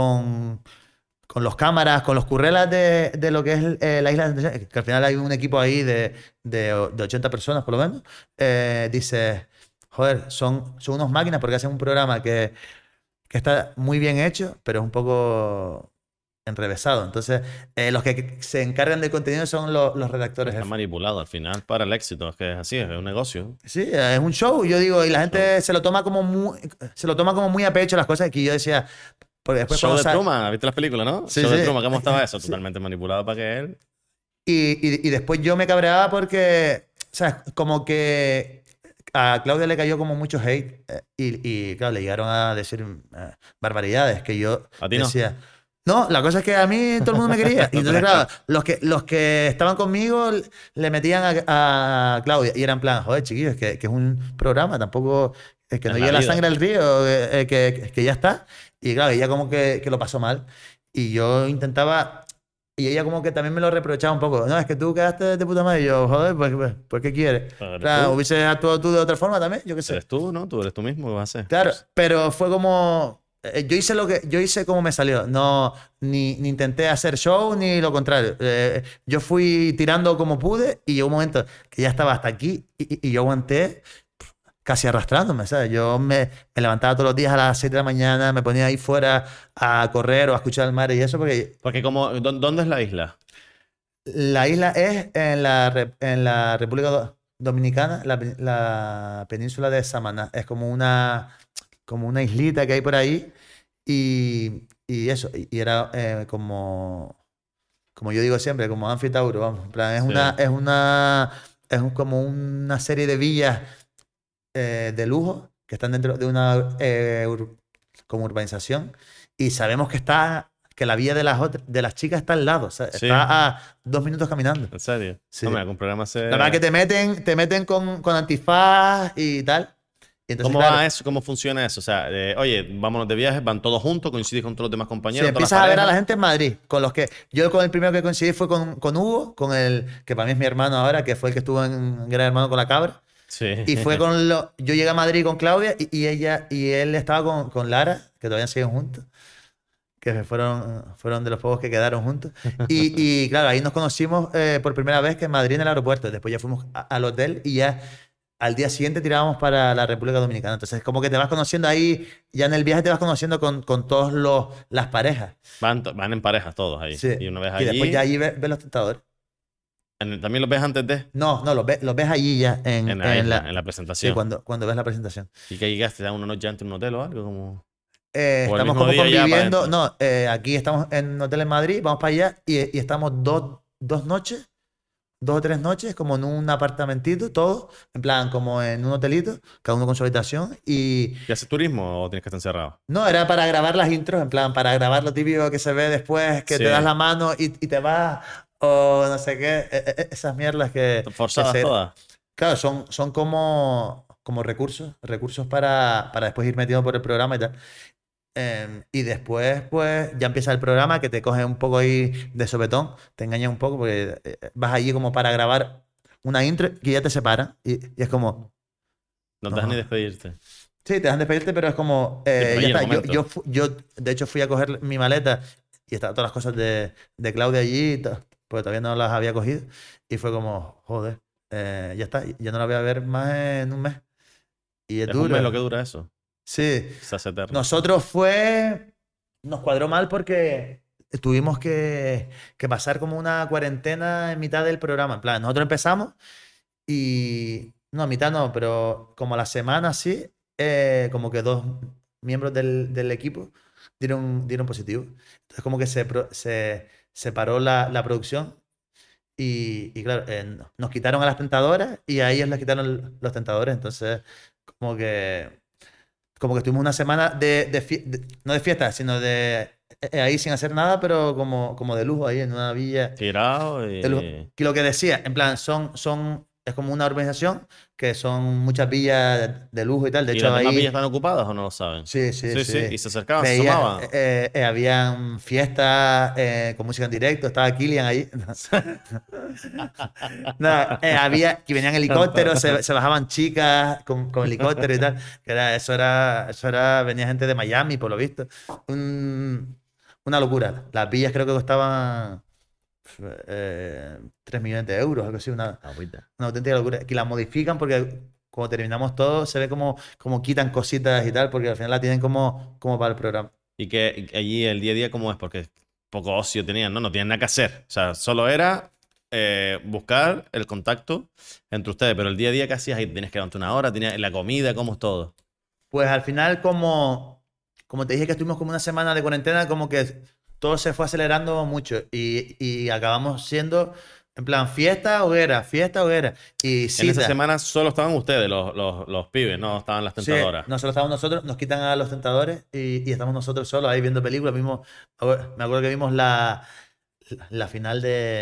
con los cámaras, con los currelas de lo que es la isla de Tenerife, que al final hay un equipo ahí de 80 personas por lo menos, dice, joder, son unos máquinas porque hacen un programa que está muy bien hecho, pero es un poco enrevesado. Entonces, los que se encargan del contenido son los redactores Está jefes. manipulado al final para el éxito. Es que es así, es un negocio. Sí, es un show, yo digo, y la Show, gente se lo toma como muy a pecho las cosas que yo decía, porque después Show cuando de Truman, ¿viste las películas, no? Sí, Show de sí. Truman, ¿cómo estaba eso? Sí. Totalmente manipulado para que él. Y después yo me cabreaba porque, o sea, como que a Claudia le cayó como mucho hate y claro, le llegaron a decir barbaridades que yo A ti no. decía. No, la cosa es que a mí todo el mundo me quería. Y No te entonces, la claro, creo. los que estaban conmigo le metían a Claudia. Y era en plan, joder, chiquillos, que es un programa, tampoco es que Es no la lleve la vida. sangre al río, que ya está. Y claro, ella como que lo pasó mal. Y yo intentaba. Y ella como que también me lo reprochaba un poco. No, es que tú quedaste de puta madre. Y yo, joder, pues ¿qué quieres? Pero O eres sea, tú. hubieses actuado tú de otra forma también, yo qué sé. Eres tú, ¿no? Tú eres tú mismo. ¿Qué vas a hacer? Claro, pero fue como... yo hice como me salió. No, ni intenté hacer show, ni lo contrario. Yo fui tirando como pude y llegó un momento que ya estaba hasta aquí y yo aguanté casi arrastrándome, ¿sabes? Yo me levantaba todos los días a las 7 de la mañana, me ponía ahí fuera a correr o a escuchar el mar y eso, porque Porque como, ¿dónde es la isla? la isla es en la República Dominicana, la península de Samaná. Es como una islita que hay por ahí y eso. Y era como yo digo siempre, como Anfitauro, vamos. En plan, Sí. como una serie de villas de lujo que están dentro de una como urbanización y sabemos que la villa de las chicas está al lado, o sea, Sí, está a 2 minutos caminando. en serio. Sí. No, mira, con programa La verdad que te meten con antifaz y tal. Y entonces, ¿Cómo claro, va eso? ¿Cómo funciona eso? O sea, oye, vámonos de viaje, van todos juntos, coincides con todos los demás si compañeros, todas las empiezas a ver a la parejas. gente en Madrid, yo con el primero que coincidí fue con Hugo, con el que para mí es mi hermano ahora, que fue el que estuvo en Gran Hermano con la cabra. Sí. Y fue yo llegué a Madrid con Claudia y él estaba con Lara, que todavía siguen juntos, que fueron de los pocos que quedaron juntos. Y claro, ahí nos conocimos por primera vez que en Madrid en el aeropuerto. Después ya fuimos al hotel y ya al día siguiente tirábamos para la República Dominicana. Entonces, como que te vas conociendo ahí, ya en el viaje te vas conociendo con todas las parejas. Van en parejas todos ahí. Sí. Y una vez Y después ya allí, allí ves los tentadores. también los ves antes de, No, los ves allí ya en la isla, en la sí, presentación. cuando ves la presentación. ¿Y que llegaste a una noche antes en un hotel o algo? Como... O el Estamos mismo como día ya para conviviendo. adentro. No, aquí estamos en un hotel en Madrid, vamos para allá y estamos dos noches, 2 o 3 noches, como en un apartamentito, todo, en plan, como en un hotelito, cada uno con su habitación. Y ¿Y haces turismo o tienes que estar encerrado? no, era para grabar las intros, en plan, para grabar lo típico que se ve después, que Sí. te das la mano y te vas, o no sé qué, esas mierdas que Forzadas todas. Claro, son como recursos para después ir metido por el programa y tal. Y después, pues, ya empieza el programa que te coge un poco ahí de sopetón, te engaña un poco porque vas allí como para grabar una intro que ya te separan y es como... No te dejan ni despedirte. Sí, te dejan despedirte, pero es como... pero ya ahí el está. momento. Yo, de hecho, fui a coger mi maleta y estaban todas las cosas de Claudia allí, porque todavía no las había cogido. Y fue como, joder, ya está. Ya no la voy a ver más en un mes. Y es Es un mes lo que duro. dura eso. Sí. Se hace eterno. Nosotros nos cuadró mal porque tuvimos que pasar como una cuarentena en mitad del programa. En plan, nosotros empezamos y... No, a mitad no, pero como a la semana sí, como que dos miembros del equipo dieron positivo. Entonces como que se paró la producción y claro, nos quitaron a las tentadoras y a ellos les quitaron los tentadores. Entonces como que estuvimos una semana no de fiesta, sino de ahí sin hacer nada, pero como de lujo ahí en una villa Tirado de lujo. y... Que lo que decía, en plan, es como una urbanización que son muchas villas de lujo y tal. De ¿Y hecho, las demás villas ahí están ocupadas o no lo saben? sí, sí, Sí, sí. sí. Y se acercaban, se Veía, asomaban. habían fiestas con música en directo, estaba Killian ahí. No, había que venían helicópteros, se bajaban chicas con helicóptero y tal. Venía gente de Miami, por lo visto. Una locura. Las villas creo que costaban 3 millones de euros, algo así, Agüita. una auténtica locura. Que la modifican porque cuando terminamos todo se ve como quitan cositas y tal, porque al final la tienen como para el programa. Y que allí el día a día, ¿cómo es? Porque poco ocio tenían, ¿no? No tienen nada que hacer. O sea, solo era buscar el contacto entre ustedes. Pero el día a día, ¿qué hacías ahí? ¿Tienes que levantarte una hora? ¿Tienes la comida? ¿Cómo es todo? Pues al final, como te dije que estuvimos como una semana de cuarentena, como que todo se fue acelerando mucho y acabamos siendo, en plan, fiesta, hoguera y En esa cita. semana solo estaban ustedes, los pibes, no estaban las Sí, tentadoras. nosotros estamos nosotros, nos quitan a los tentadores y estamos nosotros solos ahí viendo películas. Me acuerdo que vimos la final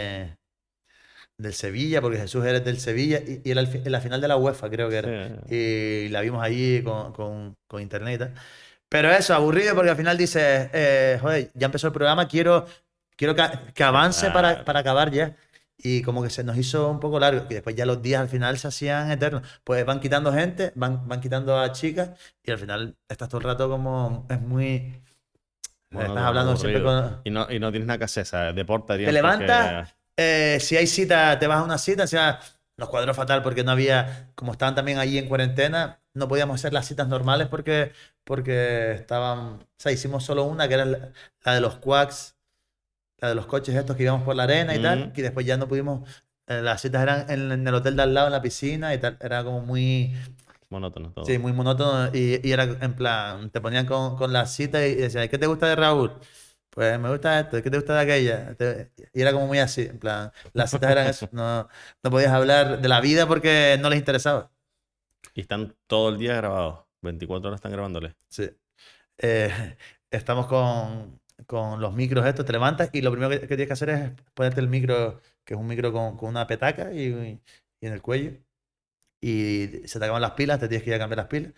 del Sevilla, porque Jesús era del Sevilla y era la final de la UEFA, creo que Sí. era. Y la vimos allí con internet y tal. Pero eso, aburrido porque al final dices, joder, ya empezó el programa, quiero que avance Claro. para acabar ya. Y como que se nos hizo un poco largo, y después ya los días al final se hacían eternos. Pues van quitando gente, van quitando a chicas, y al final estás todo el rato como, es muy... Bueno, Estás no, hablando siempre aburrido. con... Y no tienes nada que hacer, ¿sabes? Deporte Te harían porque... levantas, si hay cita, te vas a una cita, o sea, nos cuadró fatal porque no había, como estaban también allí en cuarentena, no podíamos hacer las citas normales porque estaban, o sea, hicimos solo una, que era la de los quacks, la de los coches estos que íbamos por la arena y tal, Mm, y después ya no pudimos, las citas eran en el hotel de al lado, en la piscina y tal, era como muy, monótono sí, todo. muy monótono y era en plan, te ponían con la cita y decían, ¿qué te gusta de Raúl? Pues me gusta esto, ¿qué te gusta de aquella? Y era como muy así, en plan, las citas eran eso, no podías hablar de la vida porque no les interesaba. Y están todo el día grabados. 24 horas están grabándoles. Sí. Estamos con los micros estos, te levantas y lo primero que tienes que hacer es ponerte el micro, que es un micro con una petaca y en el cuello. Y se te acaban las pilas, te tienes que ir a cambiar las pilas.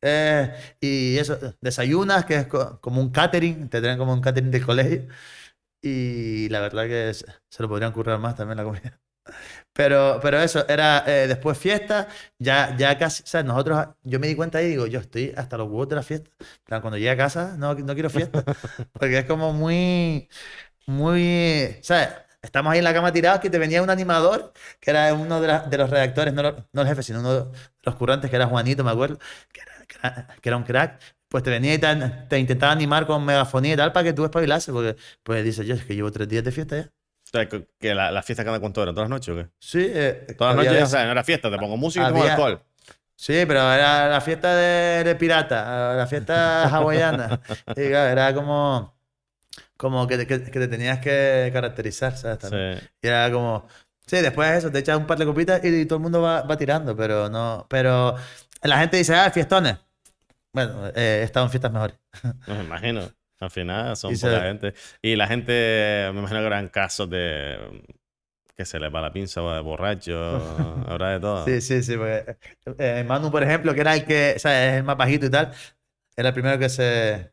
Y eso, desayunas, que es como un catering, te traen como un catering del colegio. Y la verdad que se lo podrían currar más también la comida. Pero eso, era después fiesta, ya casi, o sea, yo me di cuenta y digo, yo estoy hasta los huevos de la fiesta. En plan, cuando llegue a casa, no quiero fiesta, porque es como ¿sabes? Estamos ahí en la cama tirados que te venía un animador, que era uno de los redactores, no el jefe, sino uno de los currantes, que era Juanito, me acuerdo, que era un crack. Pues te venía y te intentaba animar con megafonía y tal para que tú espabilases, porque pues dices, yo es que llevo 3 días de fiesta ya. O sea, que la fiesta cada cuánto era, ¿todas las noches o qué? Sí, Todas las había noches, o veces, sea, no era fiesta, te pongo música y tomo había, alcohol. sí, pero era la fiesta de pirata, la fiesta hawaiana. Y claro, era como que te tenías que caracterizar, ¿sabes? Sí. También. Y era como, sí, después de eso, te echas un par de copitas y todo el mundo va tirando, pero no, pero la gente dice, fiestones. Bueno, he estado en fiestas mejores. No me imagino. Al final Y son poca gente. Y la gente, me imagino que eran casos de que se les va la pinza o de borracho, habrá de todo. Sí, sí, sí, porque Manu, por ejemplo, que era el que, o sea, es el más bajito y tal, era el primero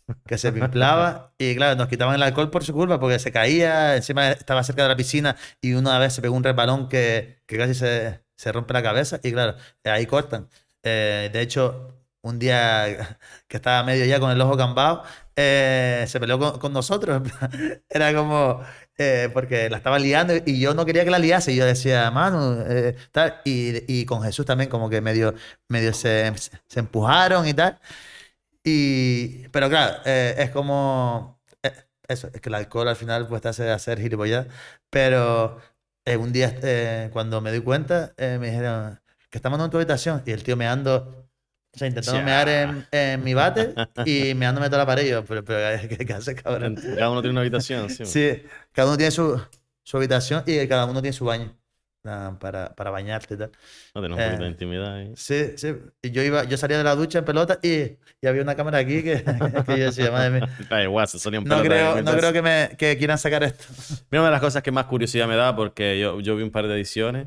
que se pimplaba. Y claro, nos quitaban el alcohol por su culpa, porque se caía, encima estaba cerca de la piscina y una vez se pegó un resbalón que casi se rompe la cabeza. Y claro, ahí cortan. De hecho, un día que estaba medio ya con el ojo cambado, se peleó con nosotros. En plan, era como, porque la estaba liando y yo no quería que la liase. Y yo decía, mano, tal. Y con Jesús también, como que medio se empujaron y tal. Pero claro, es como, eso, es que el alcohol al final pues te hace hacer gilipollas. Pero un día, cuando me di cuenta, me dijeron que estamos en tu habitación y el tío meando, o sea, intentando mear Ya. en mi váter y meándome toda la pared. Y yo, pero ¿qué haces, cabrón? Cada uno tiene una habitación, sí. Sí, cada uno tiene su habitación y cada uno tiene su baño, para bañarte y tal. No, tener un poquito de Eh, intimidad ahí. Sí, sí. Y yo salía de la ducha en pelota y había una cámara aquí que yo decía, madre mía, Da igual, se solían no pelotas en creo, mi no casa. creo que quieran sacar esto. Mira, una de las cosas que más curiosidad me da, porque yo vi un par de ediciones,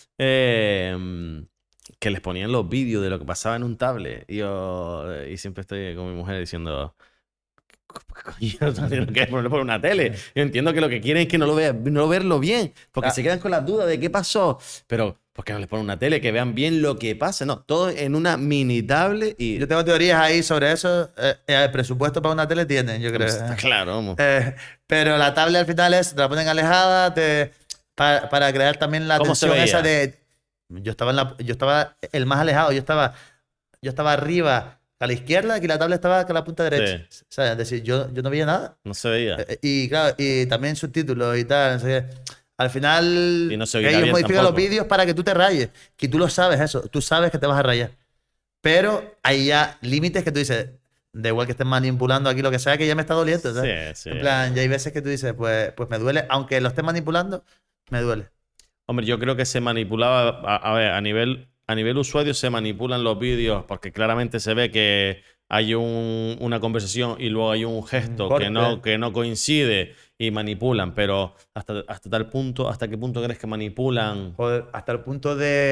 que les ponían los vídeos de lo que pasaba en un tablet. Y siempre estoy con mi mujer diciendo, coño, no tienen que ponerlo por una tele. Yo entiendo que lo que quieren es que no lo vean, no verlo bien, porque Ah, se quedan con las dudas de qué pasó. Pero, ¿por qué no les ponen una tele que vean bien lo que pasa? No, todo en una mini tablet y yo tengo teorías ahí sobre eso. El presupuesto para una tele tienen, yo creo. está claro, vamos. Pero la tablet al final te la ponen alejada para crear también la ¿Cómo se tensión esa veía? de... Yo estaba el más alejado, yo estaba arriba a la izquierda y la tablet estaba a la punta derecha. Sí, O sea, es decir, yo no veía nada. no se veía. Y claro, y también subtítulos y tal, no sé qué. Al Y final, no se oía ellos bien modifican los tampoco. vídeos para que tú te rayes. Que tú lo sabes eso, tú sabes que te vas a rayar. Pero hay ya límites que tú dices, da igual que estés manipulando aquí lo que sea, que ya me está doliendo, Sí, ¿sabes? sí. En plan, ya hay veces que tú dices, pues me duele, aunque lo estés manipulando, me duele. Hombre, yo creo que se manipulaba, a ver, a nivel usuario se manipulan los vídeos porque claramente se ve que hay una conversación y luego hay un Un gesto corte. que no coincide y manipulan, pero hasta tal punto, ¿hasta qué punto crees que manipulan? Joder, hasta el punto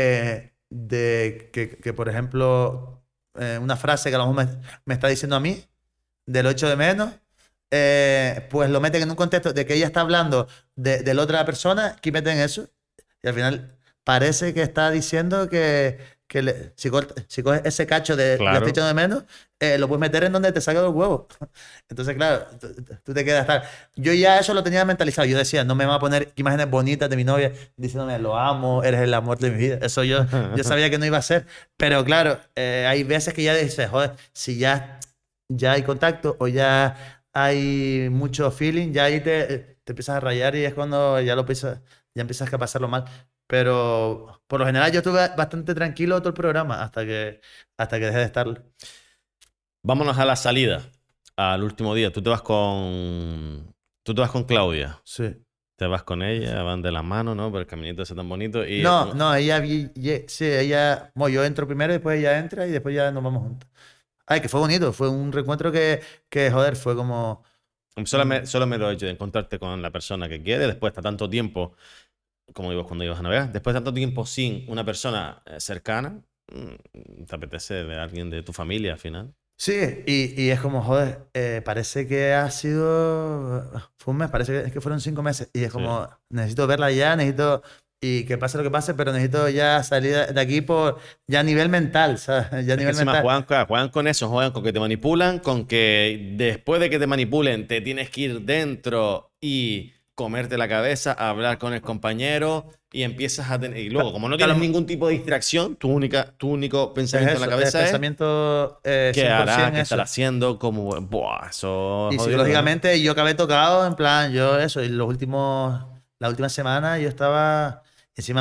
de que, por ejemplo, una frase que a lo mejor me está diciendo a mí, del 8 de menos, pues lo meten en un contexto de que ella está hablando de la otra persona, que meten eso, y al final parece que está diciendo que si coges ese cacho de le estoy Claro. echando de menos, lo puedes meter en donde te salga los huevos. Entonces, claro, tú te quedas tal. Yo ya eso lo tenía mentalizado. Yo decía, no me va a poner imágenes bonitas de mi novia diciéndome, lo amo, eres el amor de mi vida. Eso yo sabía que no iba a ser. Pero claro, hay veces que ya dices, joder, si ya hay contacto o ya hay mucho feeling, ya ahí te empiezas a rayar y es cuando ya empiezas a pasarlo mal. Pero por lo general yo estuve bastante tranquilo todo el programa hasta que dejé de estarlo. Vámonos a la salida, al último día. Tú te vas con Claudia. Sí. Te vas con ella, van de la mano, ¿no? Por el caminito ese tan bonito. Y No, no, sí, bueno, yo entro primero, después ella entra y después ya nos vamos juntos. Ay, que fue bonito, fue un reencuentro que joder, fue como... mm, solo me lo he hecho de encontrarte con la persona que quieres después de tanto tiempo, como digo cuando ibas a navegar, después de tanto tiempo sin una persona cercana, te apetece de alguien de tu familia al final. Sí, y es como, joder, parece que ha sido... Fue un mes, parece que fueron 5 meses. Y es Sí. como, necesito verla ya, necesito... Y que pase lo que pase, pero necesito ya salir de aquí ya a nivel mental, ¿sabes? Ya a Es que nivel encima mental. juegan con eso, juegan con que te manipulan, con que después de que te manipulen te tienes que ir dentro y comerte la cabeza, hablar con el compañero y empiezas a tener... Y luego, como no Que a tienes lo- ningún tipo de distracción, tu único Es pensamiento en la eso, es cabeza es pensamiento qué hará, 100% qué estará eso. haciendo, como... Buah, eso es Y jodido, ¿eh? psicológicamente yo acabé tocado, en plan, yo eso, y la última semana yo estaba, encima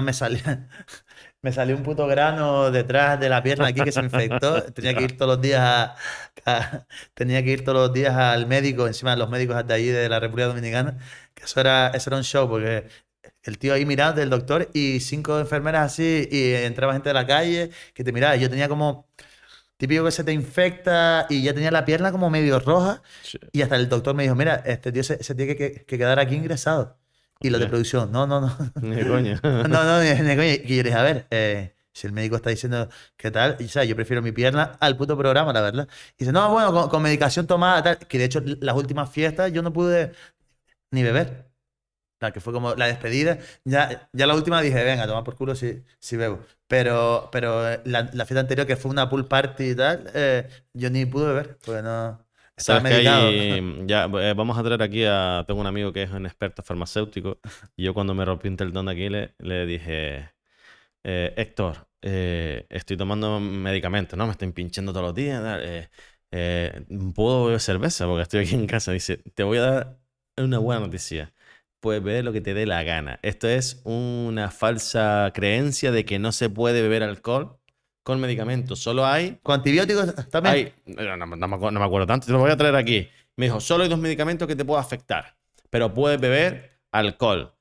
me salió un puto grano detrás de la pierna aquí que se me infectó, tenía que Ya. ir todos los días tenía que ir todos los días al médico, encima los médicos de allí de la República Dominicana, que eso era un show, porque el tío ahí mirando, el doctor, y 5 enfermeras así, y entraba gente de la calle que te miraba, y yo tenía como... Típico que se te infecta y ya tenía la pierna como medio roja. Sí, Y hasta el doctor me dijo, mira, este tío se tiene que quedar aquí ingresado. Y los de hostia, producción, no, no, no. ni de coña. No, no, ni coña. Y yo le dije, a ver, si el médico está diciendo qué tal, y, o sea, yo prefiero mi pierna al puto programa, la verdad. Y dice, no, bueno, con medicación tomada, tal, que de hecho las últimas fiestas yo no pude ni beber. La que fue como la despedida. Ya la última dije, venga, toma por culo si bebo. Pero la fiesta anterior, que fue una pool party y tal, yo ni pude beber, porque no estaba Sabes que medicado. hay, ya, vamos a traer aquí tengo un amigo que es un experto farmacéutico y yo cuando me rompí un tendón de aquí le dije, Héctor, estoy tomando medicamentos, ¿no? Me estoy pinchando todos los días, tal, ¿puedo beber cerveza? Porque estoy aquí en casa. Dice, te voy a dar una buena noticia. Puedes beber lo que te dé la gana. Esto es una falsa creencia de que no se puede beber alcohol con medicamentos. Solo hay ¿Con antibióticos también? no me acuerdo tanto, te lo voy a traer aquí. Me dijo, solo hay 2 medicamentos que te pueden afectar, pero puedes beber alcohol.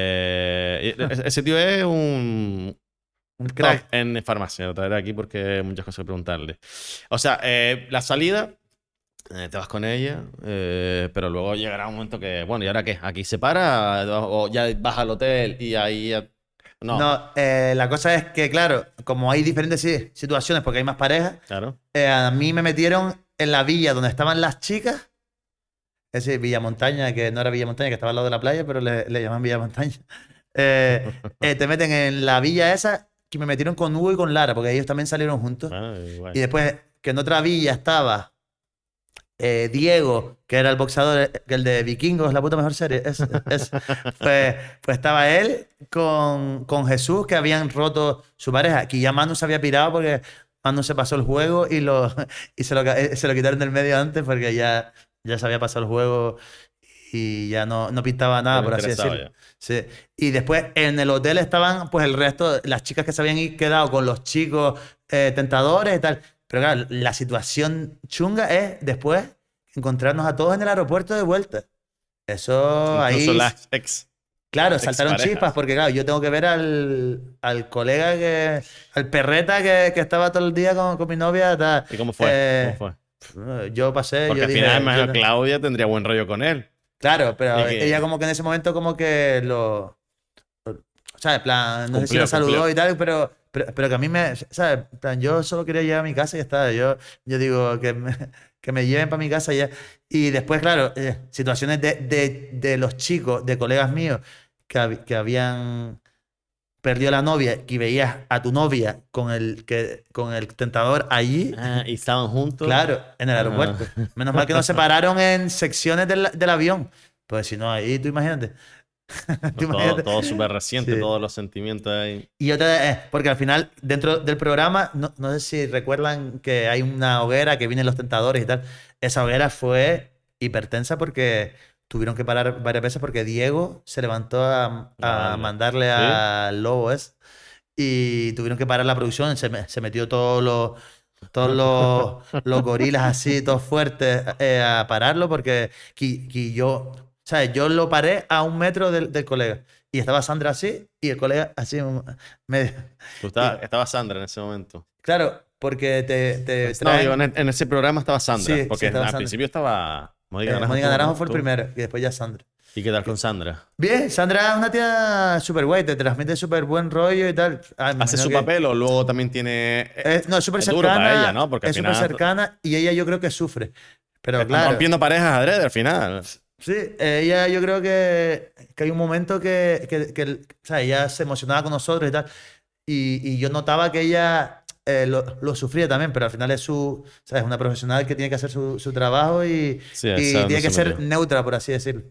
Ese tío es un Un top crack. en farmacia. Lo traeré aquí porque hay muchas cosas que preguntarle. O sea, la salida, te vas con ella, pero luego llegará un momento que, bueno, ¿y ahora qué? ¿Aquí se para? ¿O ya vas al hotel y ahí no, No, la cosa es que, claro, como hay diferentes situaciones, porque hay más parejas, claro. a mí me metieron en la villa donde estaban las chicas, es decir, Villa Montaña, que no era Villa Montaña, que estaba al lado de la playa, pero le llaman Villa Montaña. Te meten en la villa esa, que me metieron con Hugo y con Lara, porque ellos también salieron juntos. Bueno, Y igual. después, que en otra villa estaba Diego, que era el boxeador, que el de Vikingos, la puta mejor serie. Pues estaba él con Jesús, que habían roto su pareja. Que ya Manu se había pirado porque Manu se pasó el juego y se lo quitaron del medio antes porque ya se había pasado el juego y ya no pintaba Ya nada, no por así interesaba decirlo. ya. Sí. Y después en el hotel estaban pues el resto, las chicas que se habían quedado con los chicos tentadores y tal. Pero claro, la situación chunga es después encontrarnos a todos en el aeropuerto de vuelta. Eso Incluso ahí, las ex claro, saltaron chispas exparejas. porque claro, yo tengo que ver al colega al perreta que estaba todo el día con mi novia. Tal. ¿Y cómo fue? ¿Cómo Eh, fue? yo pasé, Porque yo al final, dije, imagino, Claudia tendría buen rollo con él. claro, Y pero ella que como que en ese momento como que o sea, en plan, no sé si lo cumplió, cumplió. saludó y tal, pero que a mí ¿sabes? En plan, yo solo quería llegar a mi casa y ya está. Yo digo que me lleven para mi casa y ya. Y después, claro, situaciones de los chicos, de colegas míos, que habían perdido la novia y veías a tu novia con el tentador allí, Ah, y estaban juntos. claro, en el Ajá. aeropuerto. Menos mal que nos separaron en secciones del avión. Pues si no, ahí tú imagínate. Tú Pues todo, imagínate. todo súper reciente, Sí. todos los sentimientos ahí. Y otra, porque al final, dentro del programa, no sé si recuerdan que hay una hoguera que vienen los tentadores y tal. Esa hoguera fue hipertensa porque tuvieron que parar varias veces porque Diego se levantó A a darle. mandarle ¿Sí? al lobo ese y tuvieron que parar la producción. Se metió todos los gorilas así, todos fuertes, a pararlo porque yo, ¿sabes? Yo lo paré a 1 metro del colega. Y estaba Sandra así y el colega así medio. Y Estaba Sandra en ese momento. claro, porque te No, digo, en, traen. en ese programa estaba Sandra. Sí, sí, Porque estaba al Sandra. principio estaba Mónica Naranjo, Mónica tú, Naranjo ¿no? fue el Tú. primero y después ya Sandra. ¿Y qué tal con Sandra? Bien, Sandra es una tía súper guay, te transmite súper buen rollo y tal. Ah, me ¿Hace imagino su que. papel o luego también tiene... No, es súper Es duro para ella, cercana, ¿no? Porque al es súper final cercana y ella yo creo que sufre. Pero están claro. rompiendo parejas adrede al final. Sí, ella yo creo que hay un momento que, o sea, ella se emocionaba con nosotros y tal, y yo notaba que ella lo sufría también, pero al final es ¿sabes? Una profesional que tiene que hacer su trabajo Sí, y esa no tiene que se ser metió. neutra, por así decirlo.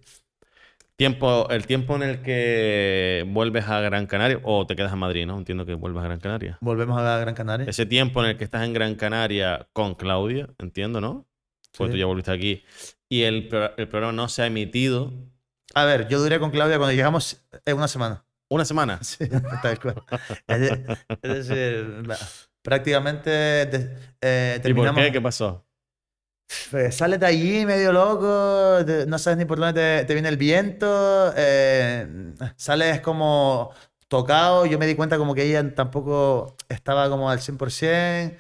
El tiempo en el que vuelves a Gran Canaria, o te quedas en Madrid, ¿no? Entiendo que vuelves a Gran Canaria. Volvemos a Gran Canaria. Ese tiempo en el que estás en Gran Canaria con Claudia, entiendo, ¿no? Porque tú ya Sí. volviste aquí. Y el programa no se ha emitido A ver, yo duré con Claudia cuando llegamos 1 semana. una semana. Sí, tal cual. Es decir, prácticamente ¿Y por qué? terminamos. ¿Qué pasó? Pues sales de allí medio loco, no sabes ni por dónde te viene el viento, sales como tocado, yo me di cuenta como que ella tampoco estaba como al 100%,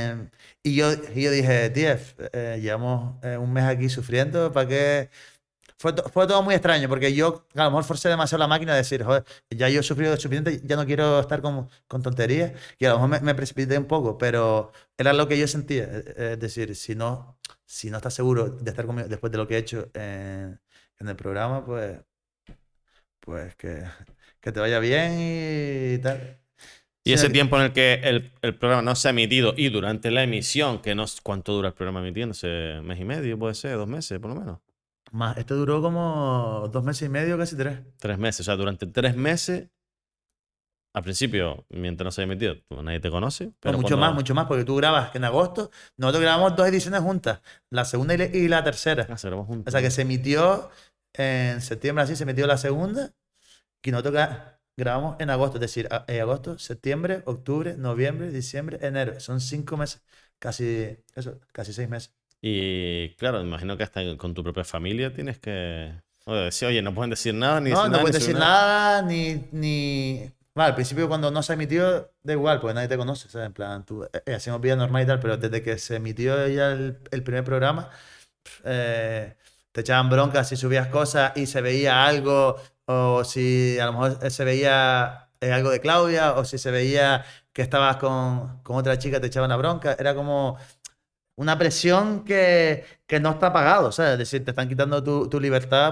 y yo dije, tía, llevamos 1 mes aquí sufriendo, ¿para qué? fue todo muy extraño, porque yo a lo mejor forcé demasiado la máquina de decir, joder, ya yo he sufrido de suficiente, ya no quiero estar con tonterías, y a lo mejor me precipité un poco, pero era lo que yo sentía. Es decir, si no estás seguro de estar conmigo después de lo que he hecho en el programa, pues que te vaya bien y tal. Y ese tiempo en el que el programa no se ha emitido y durante la emisión, que no sé cuánto dura el programa emitiéndose, mes y medio, puede ser, 2 meses por lo menos. Más, esto duró como 2 meses y medio, casi 3. 3 meses, o sea, durante 3 meses, al principio, mientras no se haya emitido, nadie te conoce, No, pero mucho más, porque tú grabas que en agosto, nosotros grabamos 2 ediciones juntas, la segunda y la tercera. se grabó O juntos. sea, que se emitió en septiembre, así se emitió la segunda, y nosotros grabamos en agosto, es decir, agosto, septiembre, octubre, noviembre, diciembre, enero. Son 5 meses, casi 6 meses. Y claro, imagino que hasta con tu propia familia tienes que decir, oye, no pueden decir nada, ni No, decir no nada, ni puedes subir decir nada. nada, ni... Bueno, al principio cuando no se emitió, da igual, porque nadie te conoce, ¿sabes? En plan, tú hacemos vida normal y tal, pero desde que se emitió ya el primer programa, te echaban broncas si subías cosas y se veía algo, o si a lo mejor se veía algo de Claudia, o si se veía que estabas con otra chica, te echaban la bronca. Era como una presión que no está pagado, ¿sabes? Es decir, te están quitando tu libertad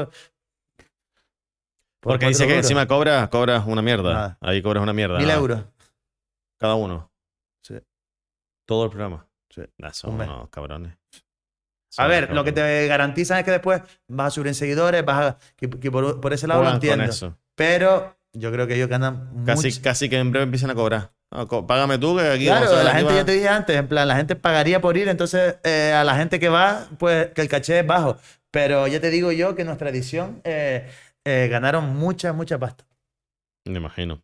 por Porque dice 4 que duros. encima cobras una mierda. Nada. Ahí cobras una mierda. 1.000 euros. Cada uno. Sí, Todo el programa. sí. Son Un mes. unos cabrones. A Son unos ver, lo que cabrones. te garantizan es que después vas a subir en seguidores, que por ese lado lo Juegan con entiendo. eso. Pero yo creo que ellos ganan mucho. Casi que en breve empiezan a cobrar. No, págame tú, que aquí Claro, Gonzalo, la aquí gente, ya va. te dije antes, en plan, la gente pagaría por ir, entonces a la gente que va, pues que el caché es bajo. Pero ya te digo yo que en nuestra edición ganaron mucha pasta. Me imagino.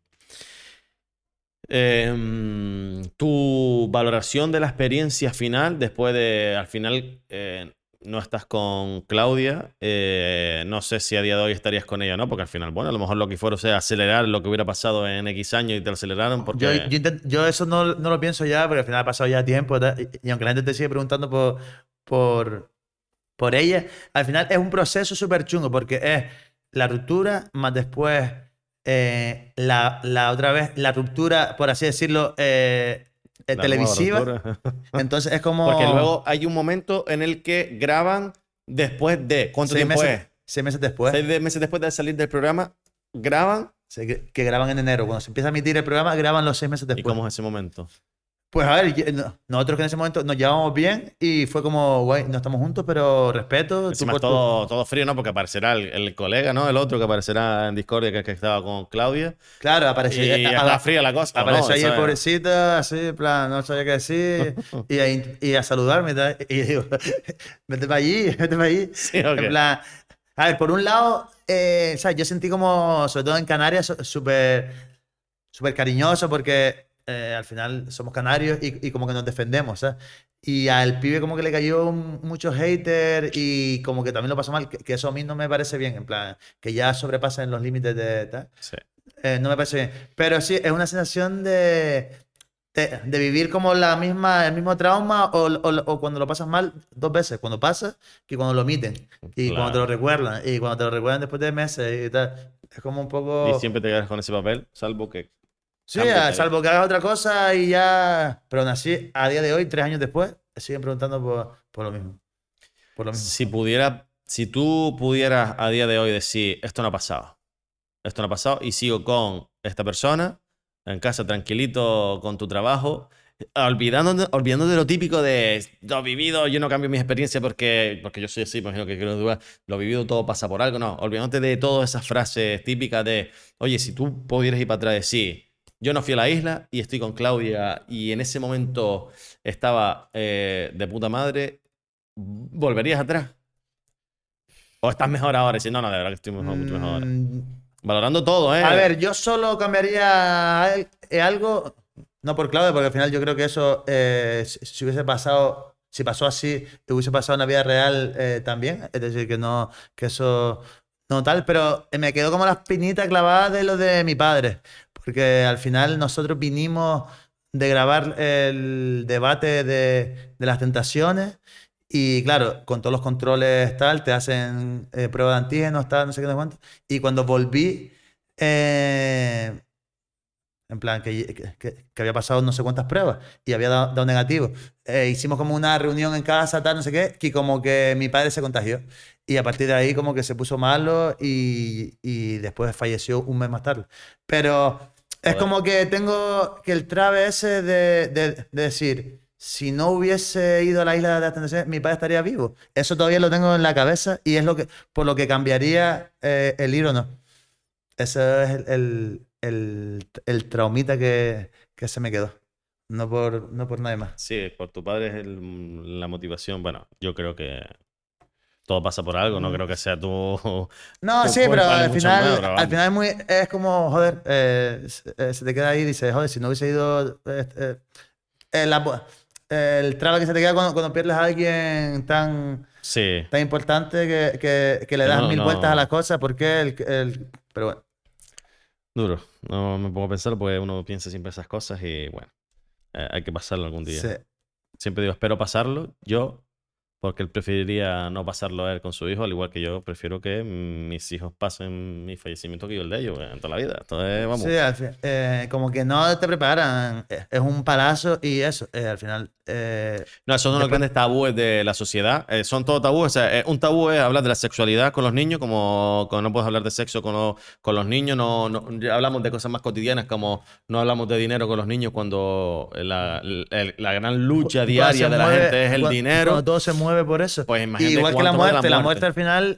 Tu valoración de la experiencia final, después de, al final, no estás con Claudia. No sé si a día de hoy estarías con ella o no, porque al final, bueno, a lo mejor lo que fuera, o sea, acelerar lo que hubiera pasado en X años y te lo aceleraron porque... Yo eso no lo pienso ya, porque al final ha pasado ya tiempo, tal, y aunque la gente te sigue preguntando por, por ella, al final es un proceso súper chungo, porque es la ruptura, más después la otra vez, la ruptura, por así decirlo, La nueva televisiva. ruptura. Entonces es Porque luego como hay un momento en el que graban después de... ¿Cuánto seis tiempo meses, es? 6 meses después. 6 meses después de salir del programa, graban. Sé que graban en enero. Cuando se empieza a emitir el programa, graban los 6 meses ¿Y después. cómo es ese momento? Pues a ver, nosotros que en ese momento nos llevábamos bien y fue como, guay, no estamos juntos, pero respeto, tú Encima es por tu... todo frío, ¿no? Porque aparecerá el colega, ¿no? El otro que aparecerá en Discordia, que estaba con Claudia. Claro, apareció, Y está fría la cosa. ¿O apareció no? ahí el Eso pobrecito, así, en plan, no sabía qué decir, y a saludarme, y tal, y digo, vete para allí, vete para allí. Sí, ¿o En qué? plan, a ver, por un lado, ¿sabes? Yo sentí como, sobre todo en Canarias, súper cariñoso porque al final somos canarios y como que nos defendemos, ¿sabes? Y al pibe como que le cayó mucho hater y como que también lo pasó mal, que eso a mí no me parece bien, en plan, que ya sobrepasen los límites de tal. Sí. No me parece bien. Pero sí, es una sensación de vivir como el mismo trauma o cuando lo pasas mal 2 veces. Cuando pasa y cuando lo omiten. Y cuando te lo Claro. recuerdan. Y cuando te lo recuerdan después de meses y tal. Es como un Y poco... siempre te quedas con ese papel, salvo que Sí, cambie la vida. salvo que hagas otra cosa y ya... Pero aún así, a día de hoy, 3 años después, siguen preguntando por lo mismo. Por lo mismo. Si tú pudieras a día de hoy decir, esto no ha pasado. Esto no ha pasado y sigo con esta persona, en casa tranquilito con tu trabajo, olvidándote de lo típico de lo vivido, yo no cambio mis experiencias porque yo soy así, imagino que quiero duda, lo vivido todo pasa por algo, no, olvidándote de todas esas frases típicas de, oye, si tú pudieras ir para atrás y decir, yo no fui a la isla y estoy con Claudia y en ese momento estaba de puta madre, ¿volverías atrás? ¿O estás mejor ahora? Y dices, no, no, de verdad que estoy mejor, mucho mejor ahora. Mm, Valorando todo, ¿eh? A ver, yo solo cambiaría algo, no por Claudia, porque al final yo creo que eso, si hubiese pasado, si pasó así, hubiese pasado en la vida real también. Es decir, que no, que eso no tal, pero me quedó como la espinita clavada de lo de mi padre, porque al final nosotros vinimos de grabar el debate de las tentaciones Y claro, con todos los controles tal, te hacen prueba de antígenos, tal, no sé qué, no sé cuánto. Y cuando volví, eh, en plan, que había pasado no sé cuántas pruebas y había dado negativo. Hicimos como una reunión en casa, tal, no sé qué, y como que mi padre se contagió. Y a partir de ahí como que se puso malo y después falleció un mes más tarde. Pero es Joder. como que tengo que el trave ese de decir, si no hubiese ido a la isla de Atención, mi padre estaría vivo. Eso todavía lo tengo en la cabeza y es lo que, por lo que cambiaría el ir o no. Ese es el traumita que se me quedó. No por nada más. Sí, por tu padre es la motivación. Bueno, yo creo que todo pasa por algo, no Mm, creo que sea tu, No, tu sí, pero culpa ni mucho menos, pero al vamos. final es como, joder, se te queda ahí y dices, joder, si no hubiese ido, el traba que se te queda cuando pierdes a alguien Sí, tan importante que le que das no, mil vueltas a las no, cosas, porque pero bueno, duro. No me pongo a pensar porque uno piensa siempre esas cosas y bueno, hay que pasarlo algún sí. día. Siempre digo, espero pasarlo, yo, porque él preferiría no pasarlo a él con su hijo, al igual que yo prefiero que mis hijos pasen mi fallecimiento que yo el de ellos, en toda la vida. Entonces, vamos. Sí, como que no te preparan, es un palazo y eso, al final, No, esos son los después, grandes tabúes de la sociedad. Son todos tabúes. O sea, un tabú es hablar de la sexualidad con los niños, como no puedes hablar de sexo con los niños. Ya hablamos de cosas más cotidianas, como no hablamos de dinero con los niños cuando la gran lucha cuando se diaria de la mueve, gente es el cuando dinero. todo se mueve por eso. Pues Y imagínate igual que cuánto más de la muerte al final,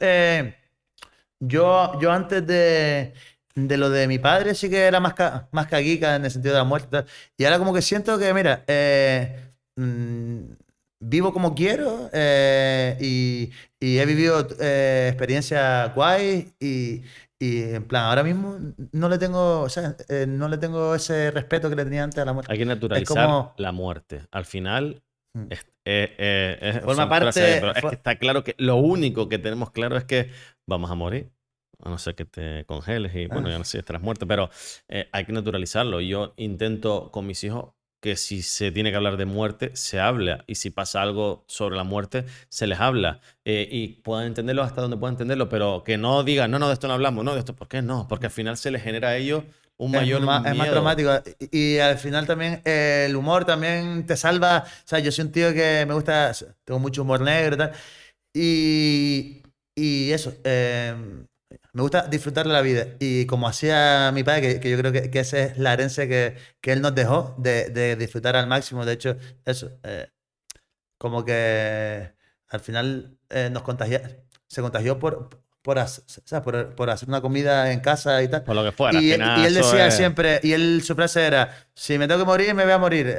yo antes de lo de mi padre sí que era más caguica en el sentido de la muerte y tal. Y ahora como que siento que, mira, mm, vivo como quiero y he vivido experiencias guay y en plan, ahora mismo no le tengo, o sea, no le tengo ese respeto que le tenía antes a la muerte. hay que Es naturalizar como... la muerte. Al final, mm, forma son frases ahí, parte... pero es que está claro que lo único que tenemos claro es que vamos a morir. A no ser que te congeles y bueno, ya no sé si estarás muerto, pero hay que naturalizarlo. Yo intento con mis hijos que si se tiene que hablar de muerte, se habla. Y si pasa algo sobre la muerte, se les habla. Y puedan entenderlo hasta donde puedan entenderlo, pero que no digan, no, no, de esto no hablamos, no, de esto, ¿por qué no? Porque al final se les genera a ellos un mayor Es más miedo. traumático. Y al final también el humor también te salva. O sea, yo soy un tío que me gusta, tengo mucho humor negro y tal. Y eso, me gusta disfrutar de la vida. Y como hacía mi padre, que yo creo que esa es la herencia que él nos dejó, de disfrutar al máximo. De hecho, eso, como que al final se contagió o sea, por hacer una comida en casa y tal. Por lo que fuera, al Y final él eso decía es... siempre, su frase era, si me tengo que morir, me voy a morir.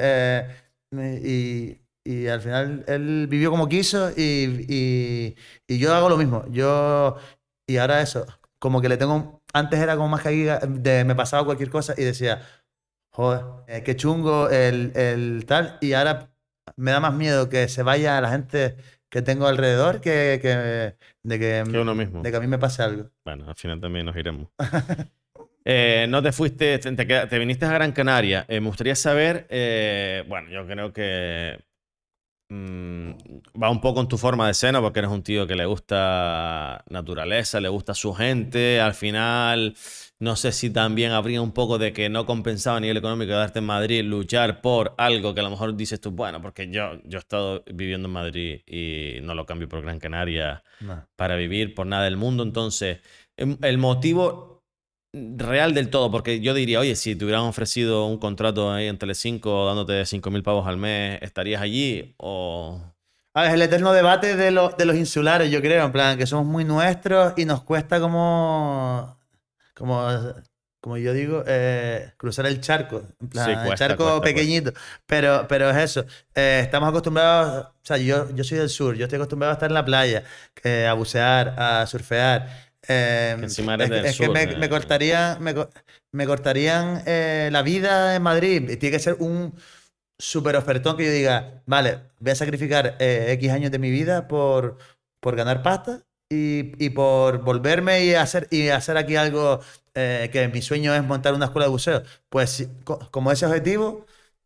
Y al final él vivió como quiso y yo hago lo mismo. Y ahora eso, como que le tengo, antes era como más que me pasaba cualquier cosa y decía, joder, qué chungo el tal. Y ahora me da más miedo que se vaya la gente que tengo alrededor de que que, uno mismo. de que a mí me pase algo. Bueno, al final también nos iremos. No te fuiste, te viniste a Gran Canaria. Me gustaría saber, bueno, yo creo que mm, va un poco en tu forma de ser, ¿no? Porque eres un tío que le gusta naturaleza, le gusta su gente. Al final, no sé si también habría un poco de que no compensaba a nivel económico quedarte en Madrid, luchar por algo que a lo mejor dices tú, bueno, porque yo he estado viviendo en Madrid y no lo cambio por Gran Canaria No. para vivir por nada del mundo. Entonces, el motivo real del todo, porque yo diría, oye, si te hubieran ofrecido un contrato ahí en Telecinco dándote 5.000 pavos al mes, ¿estarías allí? O... A ver, es el eterno debate de los insulares, yo creo, en plan, que somos muy nuestros y nos cuesta como, como yo digo, cruzar el charco, en Sí, plan, el cuesta, charco cuesta, cuesta. pequeñito, pero es eso. Estamos acostumbrados, o sea, yo soy del sur, yo estoy acostumbrado a estar en la playa, a bucear, a surfear. Que encima eres del Es que sur. me cortarían la vida en Madrid. Tiene que ser un súper ofertón que yo diga, vale, voy a sacrificar X años de mi vida por ganar pasta y por volverme y hacer aquí algo que mi sueño es montar una escuela de buceo. Pues como ese objetivo,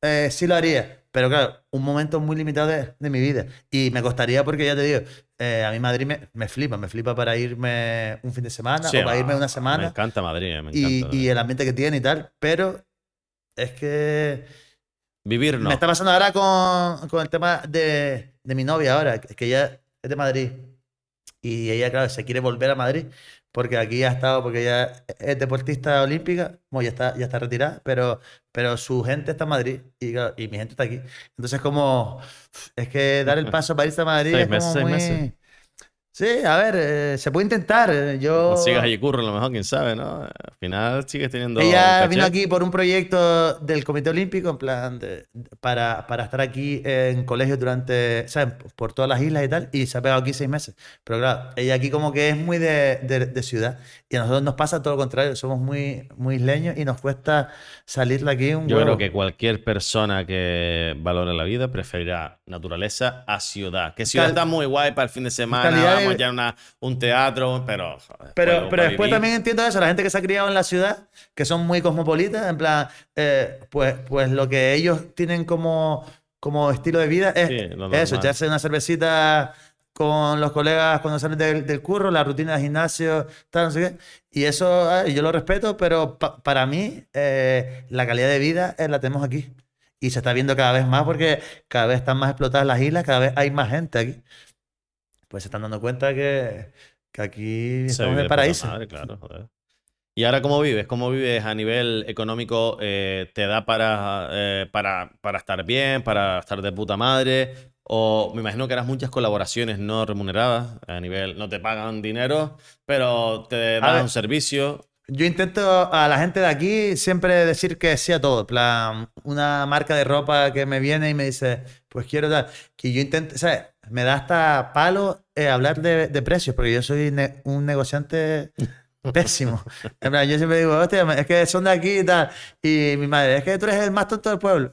sí lo haría, pero claro, un momento muy limitado de mi vida. Y me costaría porque ya te digo, a mí Madrid me flipa para irme un fin de semana Sí, o para irme una me semana encanta Madrid, me encanta. y el ambiente que tiene y tal, pero es que Vivir me está no. pasando ahora con el tema de mi novia ahora, que ella es de Madrid. Y ella, claro, se quiere volver a Madrid porque aquí ha estado, porque ella es deportista olímpica, bueno, ya está retirada, pero su gente está en Madrid y, claro, y mi gente está aquí. Entonces, como, es que dar el paso para irse a Madrid Seis es meses, como 6 meses. muy... Sí, a ver, se puede intentar. Consigas Yo allí curro, a lo mejor, quién sabe, ¿no? Al final sigues teniendo un Ella vino caché. aquí por un proyecto del Comité Olímpico, en plan, para estar aquí en colegios durante, ¿sabes? Por todas las islas y tal, y se ha pegado aquí 6 meses. Pero claro, ella aquí como que es muy de ciudad, y a nosotros nos pasa todo lo contrario, somos muy isleños y nos cuesta salir de aquí un Yo creo huevo. que cualquier persona que valore la vida preferirá naturaleza a ciudad. Que ciudad está Cal- muy guay para el fin de semana, calidad vamos de, ya a un teatro, pero joder, pues Pero, luego pero para después también vivir, entiendo eso, la gente que se ha criado en la ciudad, que son muy cosmopolitas, en plan, pues lo que ellos tienen como estilo de vida es sí, lo eso, normal. echarse una cervecita con los colegas cuando salen del curro, la rutina de gimnasio, tal, no sé qué. Y eso yo lo respeto, pero para mí la calidad de vida la tenemos aquí. Y se está viendo cada vez más porque cada vez están más explotadas las islas, cada vez hay más gente aquí. Pues se están dando cuenta que aquí Se estamos en vive el de puta paraíso. madre, claro, joder. ¿Y ahora cómo vives? ¿Cómo vives a nivel económico? ¿Te da para estar bien, para estar de puta madre? O me imagino que harás muchas colaboraciones no remuneradas a nivel, no te pagan dinero, pero te A dan un ver, servicio. yo intento a la gente de aquí siempre decir que sí a todo. En plan, una marca de ropa que me viene y me dice, pues quiero tal. Que yo intento, ¿sabes? Me da hasta palo hablar de precios, porque yo soy un negociante pésimo. En plan, yo siempre digo, hostia, es que son de aquí y tal. Y mi madre, es que tú eres el más tonto del pueblo.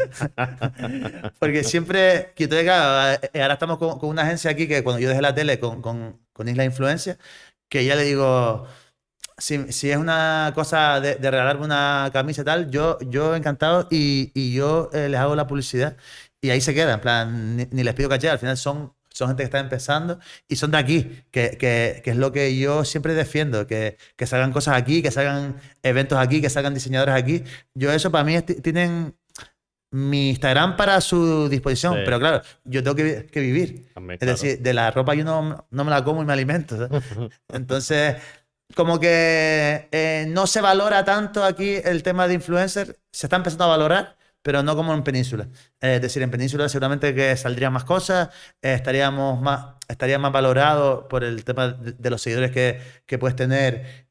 Porque siempre, que entonces, claro, ahora estamos con una agencia aquí que cuando yo dejé la tele con Isla Influencia, que ya le digo si es una cosa de regalarme una camisa y tal, yo encantado y yo les hago la publicidad y ahí se queda, en plan, ni les pido caché, al final son gente que está empezando y son de aquí, que es lo que yo siempre defiendo, que salgan cosas aquí, que salgan eventos aquí, que salgan diseñadores aquí. Yo eso para mí tienen mi Instagram para su Sí, disposición, pero claro, yo tengo que vivir. también, Es claro. decir, de la ropa yo no me la como y me alimento, ¿sabes? Entonces, como que no se valora tanto aquí el tema de influencer, se está empezando a valorar, pero no como en Península. Es decir, en Península seguramente que saldrían más cosas, estaría más valorado por el tema de los seguidores que puedes tener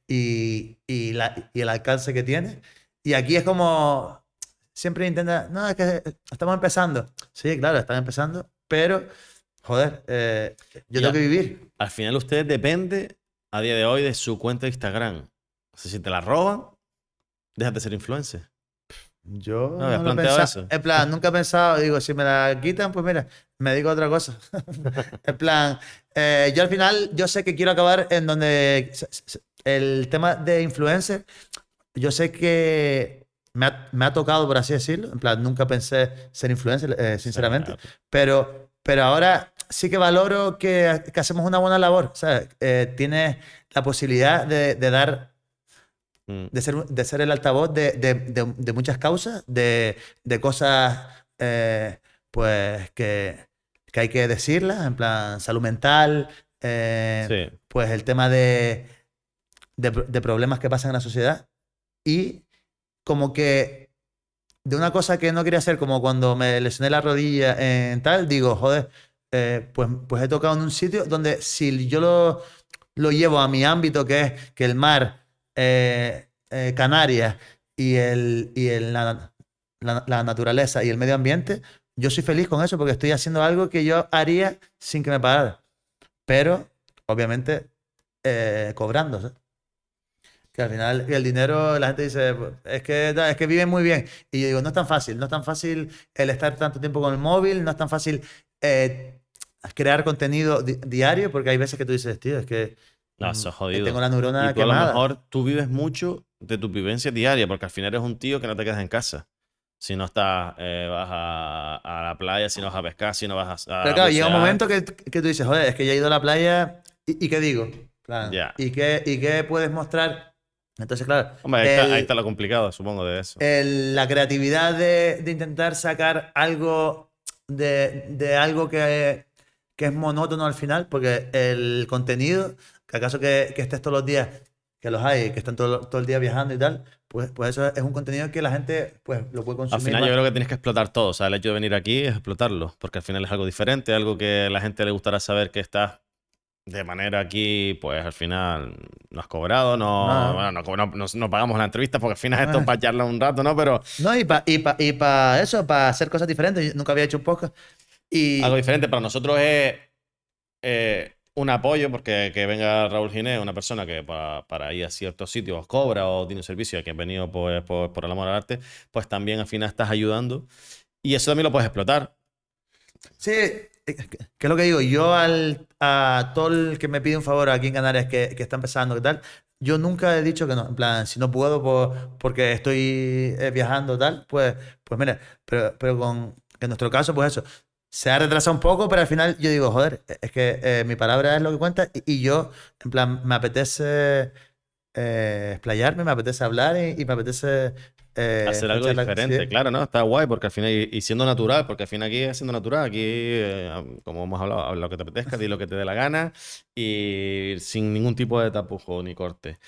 y el alcance que tienes. Y aquí es como, siempre intenta, no, es que estamos empezando. Sí, claro, están empezando, pero, joder, yo Y tengo que vivir. al final usted depende a día de hoy de su cuenta de Instagram. O sea, si te la roban, déjate de ser influencer. ¿No Yo habías no lo he planteado pensado. eso? En plan, nunca he pensado, digo, si me la quitan, pues mira, me dedico a otra cosa. En plan, yo al final, yo sé que quiero acabar en donde el tema de influencer, yo sé que me ha tocado, por así decirlo. En plan, nunca pensé ser influencer, Sí, sinceramente. Pero ahora sí que valoro que hacemos una buena labor. ¿Sabes? Tienes la posibilidad de dar mm, de ser el altavoz de muchas causas, de cosas pues que hay que decirlas, en plan salud mental, sí. pues el tema de problemas que pasan en la sociedad y como que de una cosa que no quería hacer, como cuando me lesioné la rodilla en tal, digo, joder, pues he tocado en un sitio donde si yo lo llevo a mi ámbito, que es que el mar, Canarias y la naturaleza y el medio ambiente, yo soy feliz con eso porque estoy haciendo algo que yo haría sin que me pagara. Pero, obviamente, cobrando, ¿sabes? Que al final el dinero, la gente dice, "Pues, es que viven muy bien". Y yo digo, no es tan fácil, no es tan fácil el estar tanto tiempo con el móvil, no es tan fácil eh, crear contenido diario, porque hay veces que tú dices, tío, es que No, eso es tengo jodido. la Y neurona tú a lo quemada. mejor tú vives mucho de tu vivencia diaria, porque al final eres un tío que no te quedas en casa. Si no estás, vas a la playa, si no vas a pescar, si no vas a Pero claro, llega un bucear. momento que tú dices, joder, es que ya he ido a la playa y ¿qué digo? Claro. Ya. ¿Y qué puedes mostrar? Entonces, claro, Hombre, ahí está lo complicado, supongo, de eso. la creatividad de intentar sacar algo de algo que es monótono al final, porque el contenido, que acaso que estés todos los días, que los hay, que están todo el día viajando y tal, pues eso es un contenido que la gente pues lo puede Al consumir final yo más. creo que tienes que explotar todo. O sea, el hecho de venir aquí es explotarlo, porque al final es algo diferente, algo que a la gente le gustará saber que estás de manera aquí, pues al final no has cobrado, no, No, bueno, no pagamos la entrevista porque al final esto es no. para charlar un rato, ¿no? Pero No, y pa eso, para hacer cosas diferentes. Yo nunca había hecho un podcast. algo Y diferente para nosotros es un apoyo, porque que venga Raúl Ginés, una persona que para ir a ciertos sitios cobra o tiene un servicio que ha venido pues, por el amor al arte, pues también al final estás ayudando y eso también lo puedes explotar. sí, ¿qué es lo que digo? Yo a todo el que me pide un favor aquí en Canarias que está empezando, ¿qué tal? Yo nunca he dicho que no. En plan, si no puedo porque estoy viajando, tal, pues mira, pero en nuestro caso, pues eso. Se ha retrasado un poco, pero al final yo digo, joder, es que mi palabra es lo que cuenta y yo, en plan, me apetece explayarme, me apetece hablar y me apetece Hacer algo echar sí. diferente, claro, ¿no? Está guay porque al final, y siendo natural, porque al final aquí es siendo natural, aquí, como hemos hablado, habla lo que te apetezca, di lo que te dé la gana y sin ningún tipo de tapujo ni corte.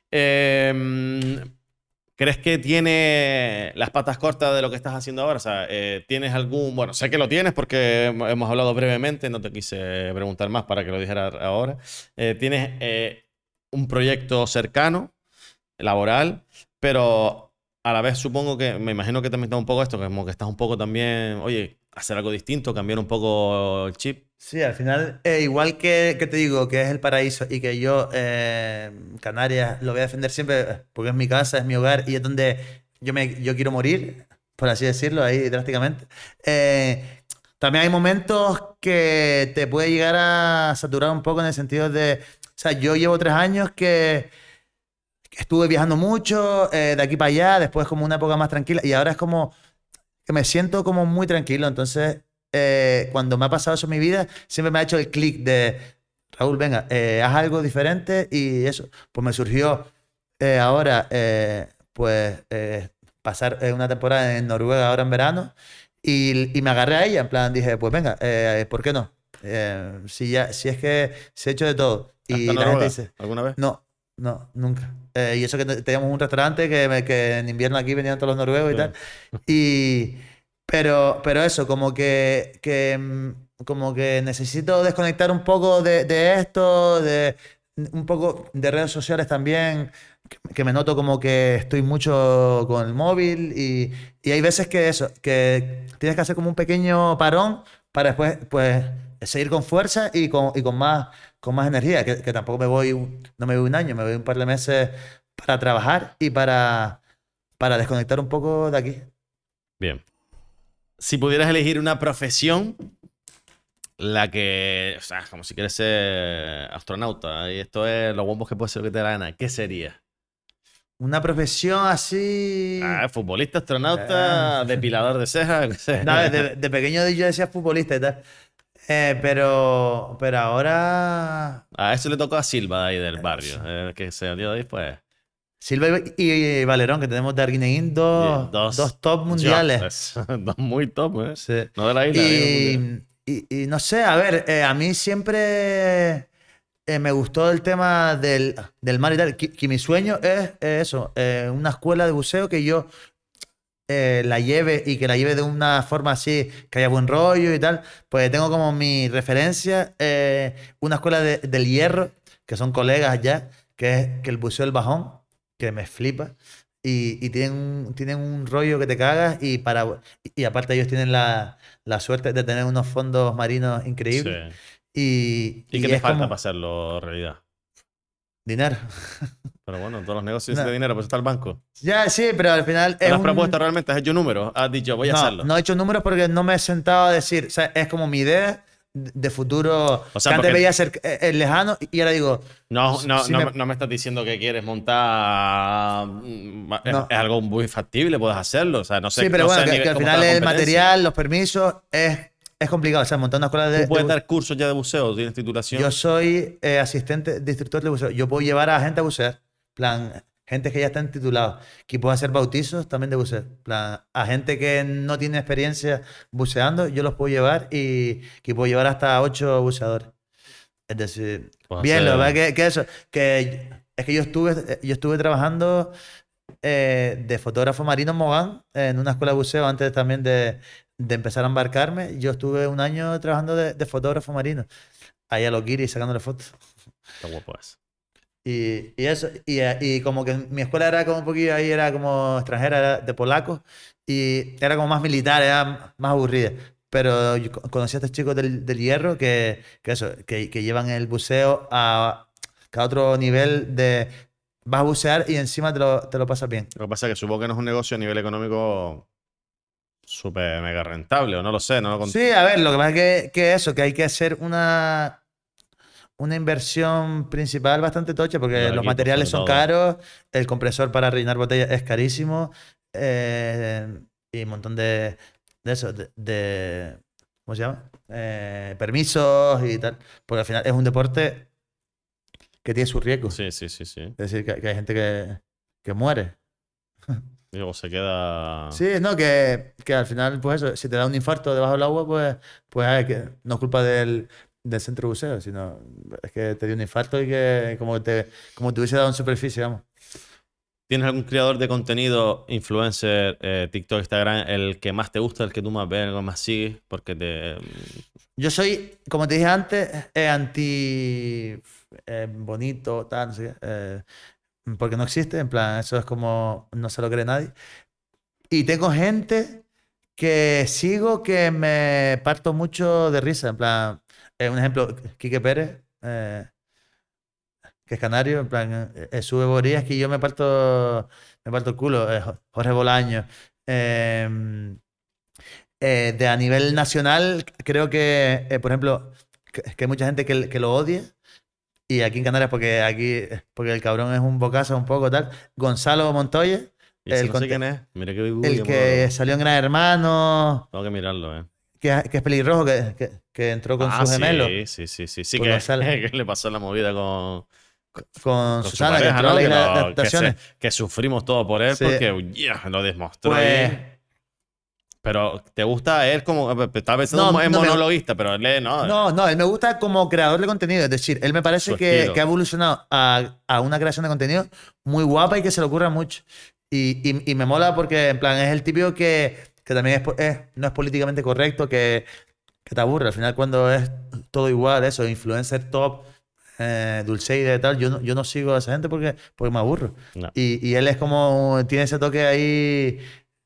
¿Crees que tiene las patas cortas de lo que estás haciendo ahora? O sea, ¿tienes algún... Bueno, sé que lo tienes porque hemos hablado brevemente, no te quise preguntar más para que lo dijera ahora. ¿Tienes un proyecto cercano, laboral, pero a la vez supongo que, me imagino que también está un poco esto, que como que estás un poco también, oye, hacer algo distinto, cambiar un poco el chip? Sí, al final, igual que te digo que es el paraíso y que yo, Canarias, lo voy a defender siempre porque es mi casa, es mi hogar y es donde yo quiero morir, por así decirlo, ahí drásticamente. También hay momentos que te puede llegar a saturar un poco en el sentido de, o sea, yo llevo 3 años que estuve viajando mucho, de aquí para allá, después como una época más tranquila y ahora es como que me siento como muy tranquilo. Entonces, cuando me ha pasado eso en mi vida, siempre me ha hecho el clic de, Raúl, venga, haz algo diferente y eso. Pues me surgió ahora, pues, pasar una temporada en Noruega ahora en verano y me agarré a ella. En plan, dije, pues venga, ¿por qué no? Si es que se ha hecho de todo. ¿Has estado Y en la gente Noruega dice, alguna vez? no, no, nunca. Y eso que teníamos un restaurante que en invierno aquí venían todos los noruegos y Sí. tal. Y, pero eso, como que necesito desconectar un poco de esto, un poco de redes sociales también, que me noto como que estoy mucho con el móvil y hay veces que eso, que tienes que hacer como un pequeño parón para después, pues, seguir con fuerza y con más energía, que tampoco no me voy un año, me voy un par de meses para trabajar y para desconectar un poco de aquí. Bien. Si pudieras elegir una profesión, la que, o sea, como si quieres ser astronauta, y esto es los bombos que puede ser lo que te dé la gana, ¿qué sería? Una profesión así. Futbolista, eh, astronauta, depilador de cejas, yo qué sé. no, de pequeño yo decía futbolista y tal. Pero ahora. A eso le tocó a Silva de ahí del barrio, que se dio ahí, pues. Silva y Valerón, que tenemos de Arguineguín dos, Dos dos top mundiales. jobs, dos muy top, ¿eh? Sí. No de la isla, a nivel mundial. Y no sé, a ver, a mí siempre me gustó el tema del mar y tal. Que mi sueño es eso, una escuela de buceo que yo la lleve y que la lleve de una forma así, que haya buen rollo y tal. Pues tengo como mi referencia una escuela del Hierro, que son colegas allá, que el buceo del Bajón, que me flipa. Y tienen un rollo que te cagas y aparte ellos tienen la suerte de tener unos fondos marinos Sí. increíbles. Y, ¿Y qué y te es falta para como hacerlo realidad? dinero. Pero bueno, todos los negocios No. necesitan dinero, pues está el banco. Ya, sí, pero al final ¿Te es lo has propuesto un... realmente? ¿Has hecho números? ¿Has dicho, voy a No, hacerlo? no he hecho números porque no me he sentado a decir, o sea, es como mi idea de futuro O sea, que antes porque- veía ser lejano y ahora digo, si No me estás diciendo que quieres montar. no. Es algo muy factible, puedes hacerlo. O sea, no sé, Sí, pero no sé bueno, que al cómo está final la el competencia. material, los permisos, es complicado. O sea, montar una escuela ¿Tú puedes buceo. dar cursos ya de buceo? ¿Tienes Yo titulación? soy asistente de instructor de buceo. Yo puedo llevar a gente a bucear. Plan, gente que ya están titulados. Que puedo hacer bautizos también de buceo. Plan, a gente que no tiene experiencia buceando, yo los puedo llevar y que puedo llevar hasta 8 buceadores. Es decir, Puedes bien, lo hacer. verdad que eso, que es que yo estuve trabajando de fotógrafo marino en Mogán, en una escuela de buceo antes también de empezar a embarcarme. Yo estuve un año trabajando de fotógrafo marino, ahí a los guiris sacándole fotos. Está guapo eso. Y eso, y como que mi escuela era como un poquito ahí, era como extranjera, era de polacos, y era como más militar, era más aburrida. Pero yo conocí a estos chicos del Hierro que llevan el buceo a otro nivel de vas a bucear y encima te lo pasas bien. Lo que pasa es que supongo que no es un negocio a nivel económico súper mega rentable, o no lo sé, no lo Sí, a ver, lo que pasa es que eso, que hay que hacer una inversión principal bastante tocha porque los los equipos, sobre materiales son todo. caros, el compresor para rellenar botellas es carísimo y un montón de eso, ¿cómo se llama? Permisos y tal. Porque al final es un deporte que tiene su riesgo. Sí, sí, sí, sí. Es decir, que hay gente que muere. Y luego se queda. Sí, no, que al final, pues eso, si te da un infarto debajo del agua, pues que no es culpa del centro de buceo, sino es que te dio un infarto y que como te hubiese dado en superficie, vamos. ¿Tienes algún creador de contenido, influencer, TikTok, Instagram, el que más te gusta, el que tú más ves, el que más sigues? Porque te. Yo soy, como te dije antes, anti bonito, tal, no sé qué, porque no existe, en plan, eso es como, no se lo cree nadie. Y tengo gente que sigo que me parto mucho de risa, en plan, un ejemplo, Quique Pérez, que es canario, en plan, sube borías que yo me parto el culo, Jorge Bolaño. De a nivel nacional, creo que, por ejemplo, que hay mucha gente que lo odia. Y aquí en Canarias, porque el cabrón es un bocazo un poco tal. Gonzalo Montoya, Y ese el, no sé quién conte- es. Mira que Uy, el que salió en Gran Hermano, tengo que mirarlo, que es pelirrojo, que entró con Ah, su gemelo, sí, sí, sí, sí. Sí pues que, Gonzalo, que le pasó la movida con con su Susana, que pareja, entró a ¿no? la Que, isla de lo, adaptaciones. que sufrimos todo por él Sí, porque lo demostró pues. ahí. Pero ¿te gusta él como? Estaba No, pensando en no me, monologuista, pero él no. No, él me gusta como creador de contenido. Es decir, él me Su parece que ha estilo. evolucionado a una creación de contenido muy guapa y que se le ocurra mucho. Y me mola porque, en plan, es el típico que también no es políticamente correcto, que te aburre. Al final, cuando es todo igual, eso, influencer top, Dulceida y tal, yo no sigo a esa gente porque me aburro. No. Y él es como, tiene ese toque ahí.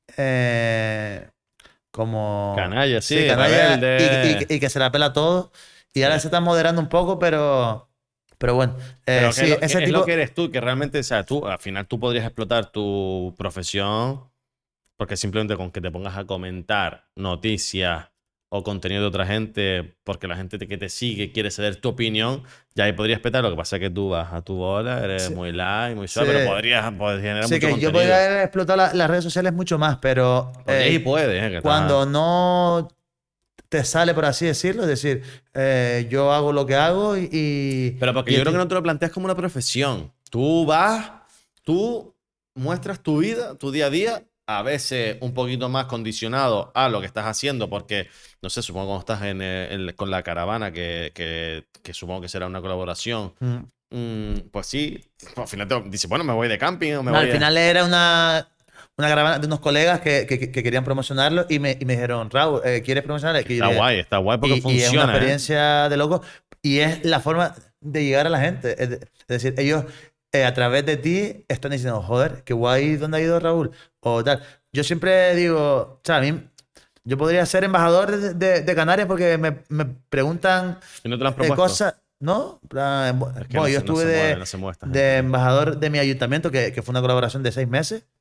eh, Como, Canalla, sí, sí, canalla rebelde. y que se la pela todo. Y Sí. ahora se están moderando un poco, pero bueno, Pero sí, qué ese es lo tipo. que eres tú, que realmente, o sea, tú, al final tú podrías explotar tu profesión porque simplemente con que te pongas a comentar noticias o contenido de otra gente, porque la gente que te sigue quiere saber tu opinión, ya ahí podrías petar. Lo que pasa es que tú vas a tu bola, eres Sí, muy light, muy sí, suave, pero podrías generar sí, mucho que yo podría contenido. haber explotado las redes sociales mucho más, pero Podrías y puedes, que está. cuando no te sale, por así decirlo, es decir, yo hago lo que hago Pero porque y yo a creo que ti. no te lo planteas como una profesión. Tú vas, tú muestras tu vida, tu día a día, a veces un poquito más condicionado a lo que estás haciendo, porque, no sé, supongo cuando estás con la caravana, que supongo que será una colaboración, Mm. pues sí, al final te dices, bueno, me voy de camping o me No, al voy a... final era una caravana de unos colegas que querían promocionarlo y me dijeron, Raúl, ¿quieres promocionarlo? Y yo dije, Está guay porque y es una funciona, ¿eh? experiencia de loco y es la forma de llegar a la gente. Es decir, ellos a través de ti están diciendo, joder, qué guay, ¿dónde ha ido Raúl? O tal. Yo siempre digo, o sea, a mí, yo podría ser embajador de Canarias porque me preguntan ¿Y no te lo han propuesto? cosas, ¿no? En plan, Es que bueno, yo no estuve se mueve, de, no se mueve esta gente, de tío. embajador de mi ayuntamiento, que fue una colaboración de 6 meses.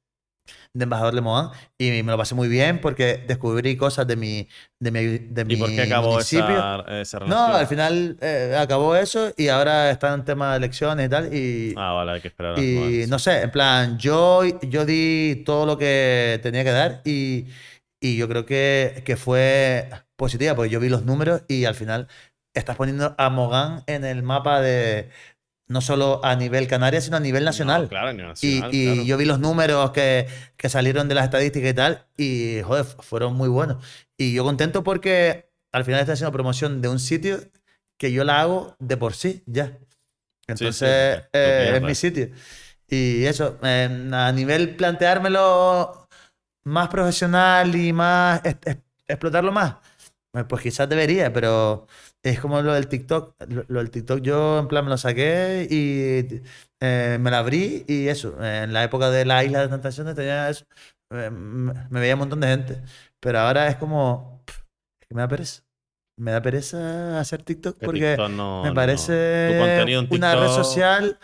de embajador de Mogán y me lo pasé muy bien porque descubrí cosas de ¿Y mi por qué acabó municipio. esa No, al relación? final acabó eso y ahora está en tema de elecciones y tal. Ah, vale, hay que esperar a renovar Y eso. no sé, en plan, yo di todo lo que tenía que dar y yo creo que fue positiva porque yo vi los números y al final estás poniendo a Mogán en el mapa de no solo a nivel Canarias, sino a nivel No, nacional. claro, a nivel nacional, Y claro. yo vi los números que salieron de las estadísticas y tal, y joder, fueron muy buenos. Y yo contento porque al final estoy haciendo promoción de un sitio que yo la hago de por sí, ya. Sí, sí, Entonces, tu es mi tierra. sitio. Y eso, a nivel planteármelo más profesional y más explotarlo más, pues quizás debería, pero es como lo del TikTok. Lo del TikTok yo en plan me lo saqué y me lo abrí y eso, en la época de la isla de tentaciones tenía eso, me veía un montón de gente, pero ahora es como, es que me da pereza. Me da pereza hacer TikTok Que porque TikTok me no. Tu contenido parece en una red TikTok. social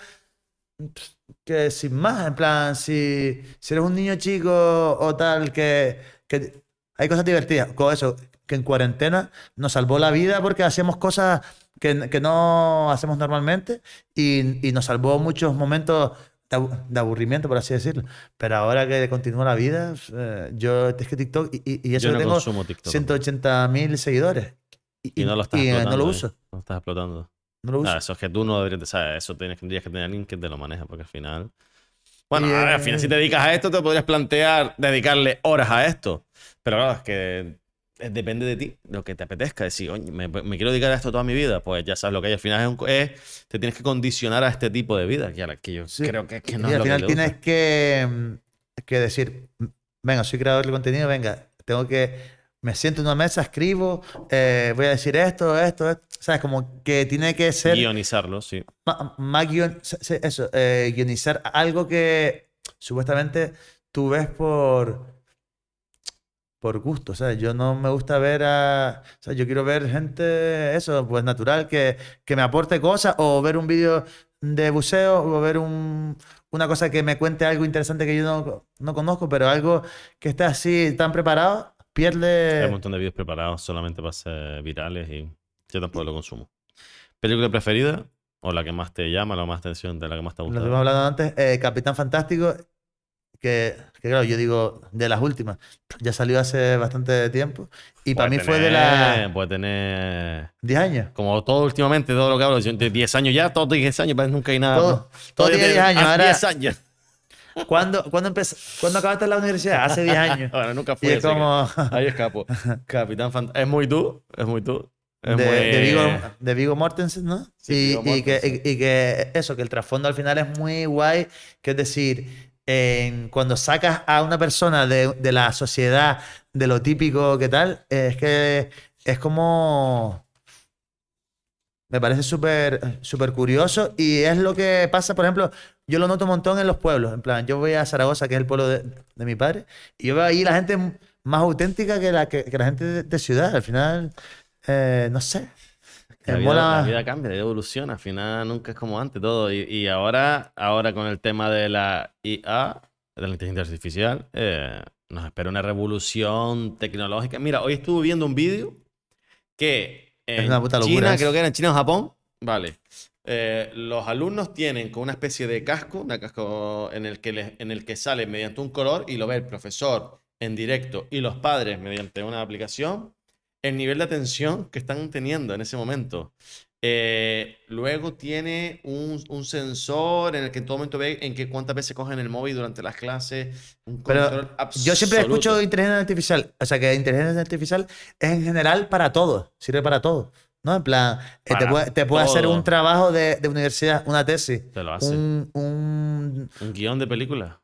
que sin más, en plan, si eres un niño chico o tal, que hay cosas divertidas, con eso, que en cuarentena nos salvó la vida porque hacíamos cosas que no hacemos normalmente y nos salvó muchos momentos de aburrimiento, por así decirlo. Pero ahora que continúa la vida, yo es que TikTok y eso Yo que no tengo consumo TikTok tampoco. 180.000 seguidores Y no lo estás no lo explotando, ¿eh? uso, No lo estás explotando. no lo Ah, uso. eso es que tú no deberías, ¿sabes? Eso tendrías que tener a alguien que te lo maneja, porque al final. Bueno, Y al final, si te dedicas a esto, te podrías plantear dedicarle horas a esto. Pero claro, es que depende de ti, lo que te apetezca. Decir, oye, me quiero dedicar a esto toda mi vida. Pues ya sabes lo que hay. Al final te tienes que condicionar a este tipo de vida, que yo sí, creo que no y es al lo que final te tienes gusta. que decir, venga, soy creador de contenido, venga, me siento en una mesa, escribo, voy a decir esto, ¿sabes? Como que tiene que ser Guionizarlo, sí. más eso, guionizar algo que supuestamente tú ves por gusto, ¿sabes? Yo no me gusta ver o sea, yo quiero ver gente, eso, pues natural, que me aporte cosas, o ver un vídeo de buceo, o ver una cosa que me cuente algo interesante que yo no conozco, pero algo que esté así tan preparado, Hay un pierde... montón de vídeos preparados solamente para ser virales y yo tampoco lo consumo. ¿Película preferida? ¿O la que más te llama, la más atención, de la que más te ha Lo que hemos gustado? hablado antes, Capitán Fantástico, que claro, yo digo de las últimas, ya salió hace bastante tiempo, y para mí fue de las Puede tener 10 años. como todo últimamente, todo lo que hablo, de 10 años ya, todos 10 años, parece nunca hay nada. Todo Todavía tiene 10 años. 10 Ahora, años. ¿cuándo acabaste la universidad? Hace 10 años. Bueno, nunca Y fui, es así que como ahí escapo. Capitán Fantástico. Es muy tú, es muy tú. Es muy. de Viggo Mortensen, ¿no? Sí, Viggo Mortensen. Y que eso, que el trasfondo al final es muy guay, que es decir, cuando sacas a una persona de la sociedad, de lo típico que tal, es que es como... Me parece súper curioso y es lo que pasa, por ejemplo, yo lo noto un montón en los pueblos. En plan, yo voy a Zaragoza, que es el pueblo de mi padre, y yo veo ahí la gente más auténtica que la gente de ciudad. Al final, no sé, Que la vida mola. cambia, evoluciona. Al final nunca es como antes todo. Y ahora con el tema de la IA, de la inteligencia artificial, nos espera una revolución tecnológica. Mira, hoy estuve viendo un vídeo que Es una en puta locura China, creo eso. que era en China o Japón, vale. Los alumnos tienen con una especie de casco, un casco en el que sale mediante un color y lo ve el profesor en directo y los padres mediante una aplicación, el nivel de atención que están teniendo en ese momento. Luego tiene un sensor en el que en todo momento ve en que cuántas veces cogen el móvil durante las clases, un Pero control yo siempre escucho absoluto. inteligencia artificial. O sea, que inteligencia artificial es en general para todo, sirve para todo. ¿No? En plan, Para te puede hacer un todo trabajo de universidad, una tesis, te lo hace. un, Un guión de película,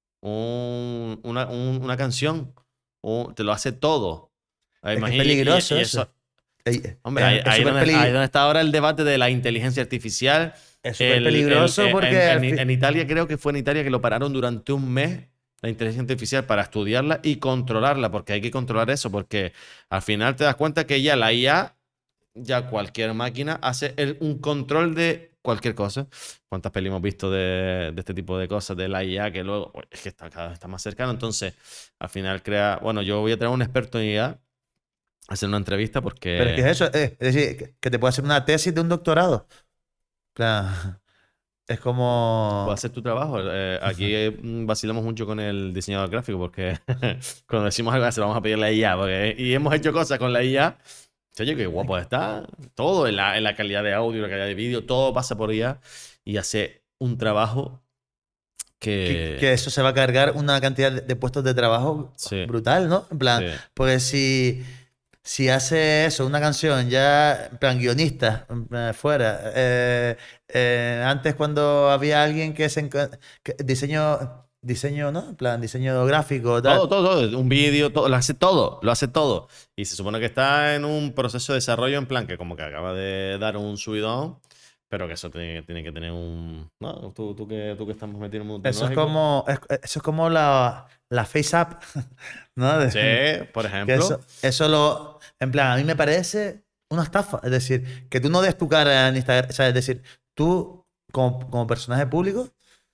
una canción, te lo hace todo. es que es Imagínate, peligroso y eso. eso, hombre, Es súper ahí donde está ahora el debate de la inteligencia artificial. es súper peligroso porque En Italia, creo que fue en Italia que lo pararon durante un mes la inteligencia artificial para estudiarla y controlarla, porque hay que controlar eso, porque al final te das cuenta que ya la IA, ya cualquier máquina hace un control de cualquier cosa. ¿Cuántas pelis hemos visto de este tipo de cosas, de la IA, que luego pues, es que está cada vez está más cercano? Entonces, al final crea... Bueno, yo voy a traer a un experto en IA a hacer una entrevista Pero es que porque... es eso, es decir, que te puede hacer una tesis de un doctorado. En plan, es Puedo como... hacer tu trabajo. Aquí vacilamos mucho con el diseñador gráfico porque cuando decimos algo se lo vamos a pedir a la IA. Y hemos hecho cosas con la IA. Oye, qué guapo está. Todo en la calidad de audio, la calidad de vídeo, todo pasa por IA y hace un trabajo Que que... eso se va a cargar una cantidad de puestos de trabajo Sí, brutal, ¿no? En plan, sí. pues si hace eso, una canción, ya, en plan, guionista, fuera. Antes cuando había alguien diseño, ¿no? En plan, diseño gráfico, Todo, tal. todo, todo. Un vídeo, todo, lo hace todo, lo hace todo. Y se supone que está en un proceso de desarrollo en plan que como que acaba de dar un subidón, pero que eso tiene que tener un... ¿No? Tú que estamos metidos en el mundo Eso es tecnológico. como, eso es como la Face App, ¿no? Sí, por Que ejemplo. en plan, a mí me parece una estafa. Es decir, que tú no des tu cara en Instagram. O sea, es decir, tú, como personaje público,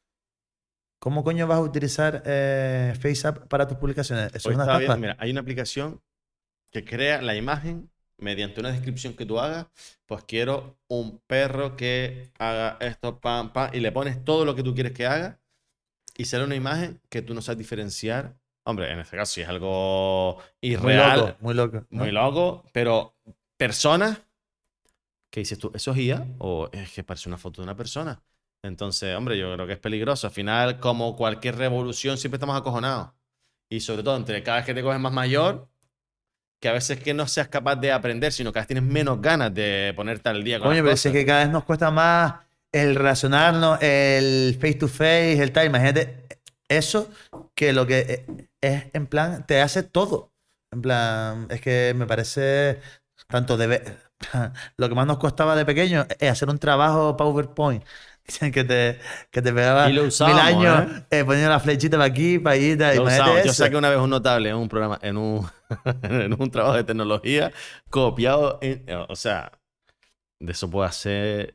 ¿cómo coño vas a utilizar FaceApp para tus publicaciones? Eso Hoy es una estaba viendo, estafa. mira, hay una aplicación que crea la imagen mediante una descripción que tú hagas. Pues quiero un perro que haga esto, pam, pam, y le pones todo lo que tú quieres que haga y sale una imagen que tú no sabes diferenciar. Hombre, en este caso sí es algo irreal, Muy loco, muy ¿no? loco, pero personas que dices tú, ¿eso es IA o es que parece una foto de una persona? Entonces, hombre, yo creo que es peligroso. Al final, como cualquier revolución, siempre estamos acojonados. Y sobre todo, entre cada vez que te coges más mayor, que a veces que no seas capaz de aprender, sino que a veces tienes menos ganas de ponerte al día con las Coño, pero si es cosas. que cada vez nos cuesta más el relacionarnos, el face to face, el tal. Imagínate eso, que lo que es, en plan, te hace todo. En plan, es que me parece tanto lo que más nos costaba de pequeño es hacer un trabajo PowerPoint. Que te Y pegaba lo 1000 usábamos, años ¿eh? poniendo la flechita para aquí, para allí, tal. Lo Imagínate usamos. Yo eso. saqué una vez un notable en un programa, en un trabajo de tecnología, copiado o sea, de eso puedo hacer.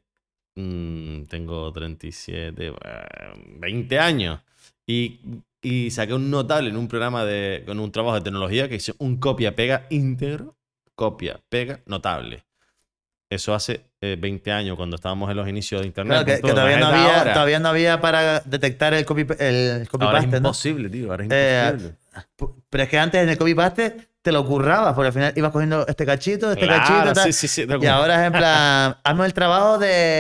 Tengo 37, 20 años. Y saqué un notable en un programa con un trabajo de tecnología que hice un copia-pega íntegro. Copia-pega notable. Eso hace 20 años, cuando estábamos en los inicios de Claro, internet, con que todo. Imagínate ahora. todavía no había para detectar el Ahora es copy-paste, ¿no? imposible, tío. Ahora es Eh, imposible. pero es que antes en el copy-paste te lo currabas, porque al final ibas cogiendo este cachito, Claro, tal. sí, sí, sí. Y ahora es en plan, hazme el trabajo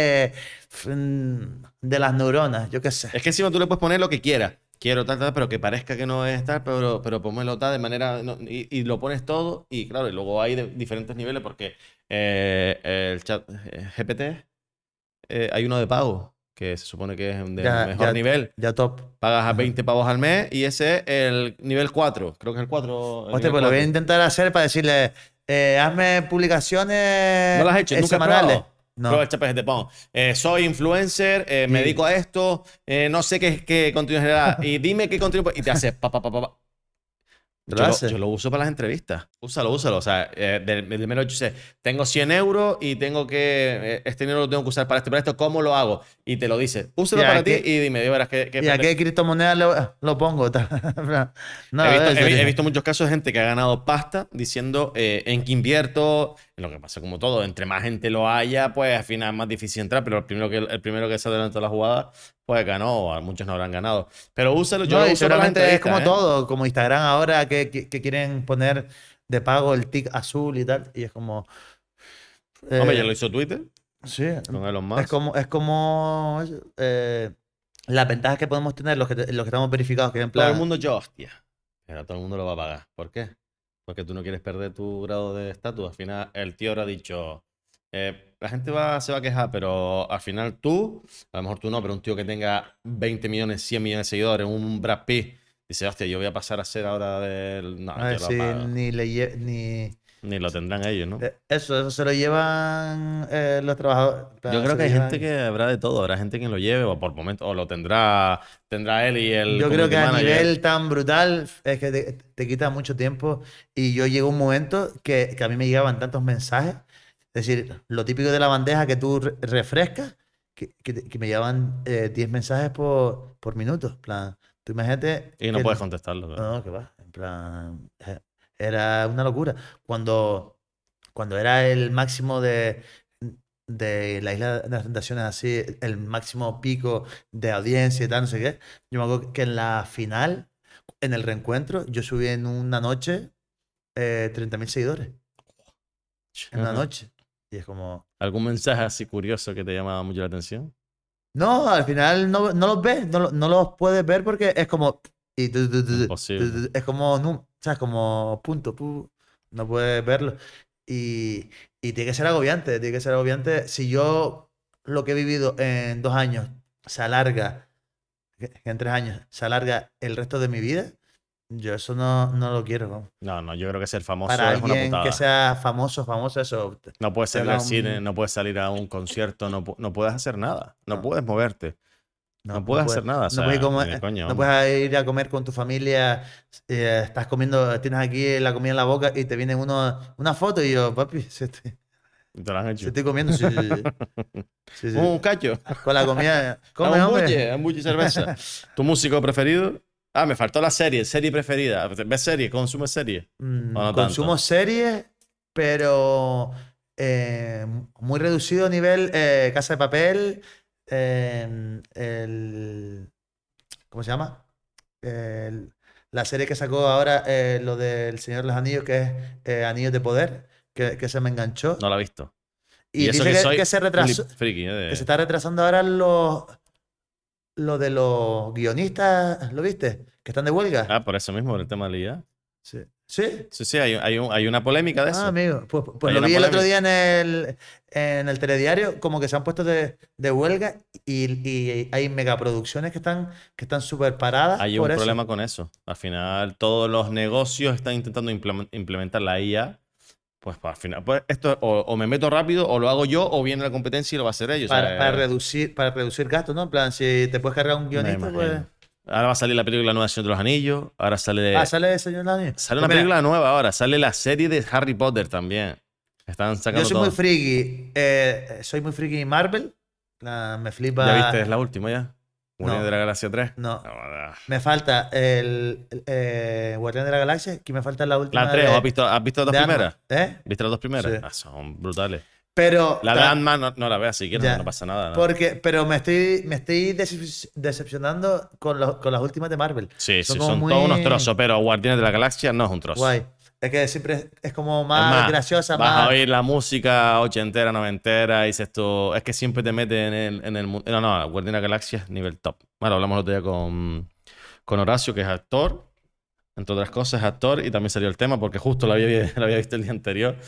de las neuronas, yo qué sé. Es que encima tú le puedes poner lo que quieras. Quiero tal, tal, pero que parezca que no es tal, pero ponmelo tal de manera. Y lo pones todo. Y claro, y luego hay diferentes niveles porque el chat GPT, hay uno de pago, que se supone que es de Ya, mejor ya, nivel. ya top. Pagas a Ajá. 20 pavos al mes y ese es el nivel 4. Creo que es el 4, el Hostia, nivel pues lo voy a 4. intentar hacer para decirle, hazme ¿No publicaciones lo has hecho? ¿Nunca has semanales. probado? Prueba el No. ChatGPT, pon. Soy influencer, me Y dedico a esto, no sé qué contenido generar. Y dime qué contenido. Y te hace pa, pa, pa, pa, pa. lo Yo hace. lo uso para las entrevistas. Úsalo, úsalo. O sea, del mero hecho, sé, tengo 100 euros y tengo este dinero lo tengo que usar para esto. ¿Cómo lo hago? Y te lo dice. ¿Y Úsalo a para ti qué, y dime, ya verás qué y a qué criptomoneda lo pongo? No, He a visto, ver, he serio. visto muchos casos de gente que ha ganado pasta diciendo en qué invierto. Lo que pasa, como todo, entre más gente lo haya, pues al final es más difícil entrar. Pero el primero que se adelantó a la jugada, pues ganó. Muchos no habrán ganado. Pero úsalo, yo No, lo y uso para las seguramente es entrevistas, como ¿eh? todo, como Instagram ahora que quieren poner de pago el tick azul y tal. Y es como. Hombre, ya lo eh, hizo Twitter sí, con Elon es Musk. como, es como las ventajas que podemos tener los que estamos verificados, que es en Todo el plan. mundo, yo, hostia. Pero todo el mundo lo va a pagar. ¿Por qué? Porque tú no quieres perder tu grado de estatus. Al final, el tío ahora ha dicho, la gente se va a quejar, pero al final tú, a lo mejor tú no, pero un tío que tenga 20 millones, 100 millones de seguidores, un Brad Pitt, dice, hostia, yo voy a pasar a ser ahora del... No, A yo ver lo si pago. ni. Ni lo tendrán ellos, ¿no? Eso se lo llevan los trabajadores. En Yo plan, creo se que lo hay gente llevan. que habrá de todo. Habrá gente que lo lleve o por momento, o lo tendrá él y el Yo creo community que a manager. nivel tan brutal es que te quita mucho tiempo y yo llego a un momento que a mí me llegaban tantos mensajes, es decir, lo típico de la bandeja que tú refrescas que me llevaban 10 mensajes por minuto. En plan, tú imagínate. Y no puedes contestarlo. Claro. No, que va. En plan, era una locura. Cuando era el máximo de la Isla de las Tentaciones, así, el máximo pico de audiencia y tal, no sé qué. Yo me acuerdo que en la final, en el reencuentro, yo subí en una noche 30.000 seguidores. En una Ajá. noche. Y es como. ¿Algún mensaje así curioso que te llamaba mucho la atención? No, al final no los ves, no los puedes ver porque es como. Y Imposible. es como. No, o sea, es como punto. No puedes verlo. Y tiene que ser agobiante, tiene que ser agobiante. Si yo lo que he vivido en 2 años se alarga, que en 3 años se alarga el resto de mi vida, yo eso no lo quiero. Vamos. No, yo creo que ser Para famoso es una alguien que putada. sea famoso, eso. No puedes Te salir da al cine, un. no puedes salir a un concierto, no puedes hacer nada. No No. puedes moverte. No No puedes puedes, hacer nada. O no puedes, sea, ni de coña, no vamos. puedes ir a comer con tu familia, estás comiendo, tienes aquí la comida en la boca y te viene una foto y yo, papi, Te lo han se hecho. estoy comiendo, sí, sí, sí, sí, sí. Un cacho. Con la comida, A come, hombre. un bulle y cerveza. ¿Tu músico preferido? Ah, me faltó la serie preferida. ¿Ves serie? ¿Consumes serie? ¿O no Consumo tanto? series, pero muy reducido a nivel Casa de Papel, ¿cómo se llama? El- la serie que sacó ahora, lo del Señor de los Anillos, que es Anillos de Poder, que se me enganchó. No la he visto. Y Y eso dice que soy que se retrasó, friki, ¿eh? que se está retrasando ahora lo de los guionistas, ¿lo viste? Que están de huelga. Ah, por eso mismo, por el tema de la IA. Sí. ¿Sí? Sí, sí, hay una polémica de Ah, eso. amigo. Pues Hay lo una vi el otro polémica. día en el telediario, como que se han puesto de huelga y hay megaproducciones que están súper paradas Hay por un eso. problema con eso. Al final, todos los negocios están intentando implementar la IA. Pues al final, pues esto o me meto rápido, o lo hago yo, o viene la competencia y lo va a hacer ellos. O Para, para sea, reducir, para reducir gastos, ¿no? En plan, si te puedes cargar un me guionista, pues. imagino. Ahora va a salir la película nueva de Señor de los Anillos. Ahora Ah, sale el señor Dani. sale Pues una mira, película nueva ahora. Sale la serie de Harry Potter también. Están yo sacando soy muy todo. friki. Soy muy friki Marvel. Me ¿Ya viste? Es flipa. la última ya. Guardianes de la No, Galaxia 3. no. Me falta el Guardián de la Galaxia, que me falta la La última 3, has visto las dos de Ant-Man. primeras? ¿Eh? ¿Viste las dos Sí. primeras? Ah, son brutales. Pero, La de Ant-Man no la veas si quieres, no ya. pasa nada. ¿No? Pero me estoy decepcionando con las últimas de Marvel. Sí, Son sí, como son todos unos muy trozos, pero Guardianes de la Galaxia no es un trozo. guay. Es que siempre es como Es más más, graciosa, vas a más. oír la música ochentera, noventera, y dices tú, es que siempre te mete en el mundo. No, Guardianes de la Galaxia es nivel top. Bueno, hablamos el otro día con Horacio, que es actor. Entre otras cosas, es actor, y también salió el tema porque justo lo había, lo había visto el día anterior.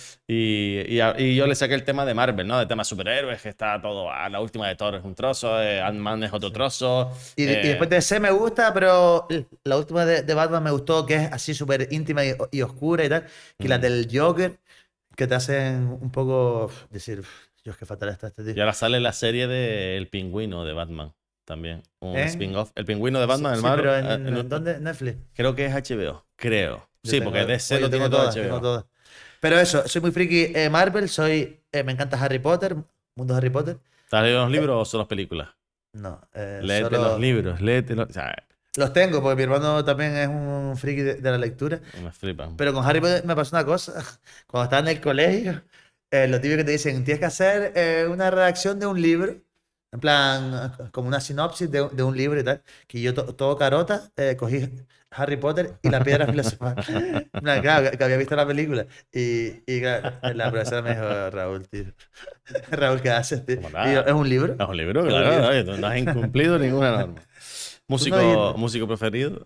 Y yo le saqué el tema de Marvel, ¿no? De tema superhéroes, que está todo. Ah, la última de Thor es un trozo, Ant-Man es otro trozo. Y después de ese me gusta, pero la última de Batman me gustó, que es así súper íntima y oscura y tal. Que las mm. del Joker, que te hacen un poco decir, Dios, qué fatal está este Y tío. ahora sale la serie de El Pingüino de Batman también. Un ¿En? spin-off. El Pingüino de Sí, Batman, el sí, malo. pero ¿en dónde? Netflix. Creo que es HBO. Creo. Yo Sí, tengo, porque DC pues lo yo tiene tengo todo todas, tengo HBO. todas. Pero eso, soy muy friki Marvel, me encanta Harry Potter, mundo Harry Potter. ¿Te has leído los Eh, libros o son las películas? no, Léete los solo libros, léete los. O sea, los tengo, porque mi hermano también es un friki de la lectura. me flipan. Pero con Harry Potter me pasó una cosa. Cuando estaba en el colegio, lo típico que te dicen, tienes que hacer una redacción de un libro, en plan, como una sinopsis de un libro y tal. Que yo, todo carota, cogí Harry Potter y la piedra filosofal. En plan, claro, que había visto la película. Y claro, la profesora me dijo, Raúl, tío. Raúl, ¿qué haces, tío? Como Y yo, nada. ¿es un libro? Es un libro, Es un claro. libro. Oye, tú no has incumplido ninguna norma. Tú no Músico preferido.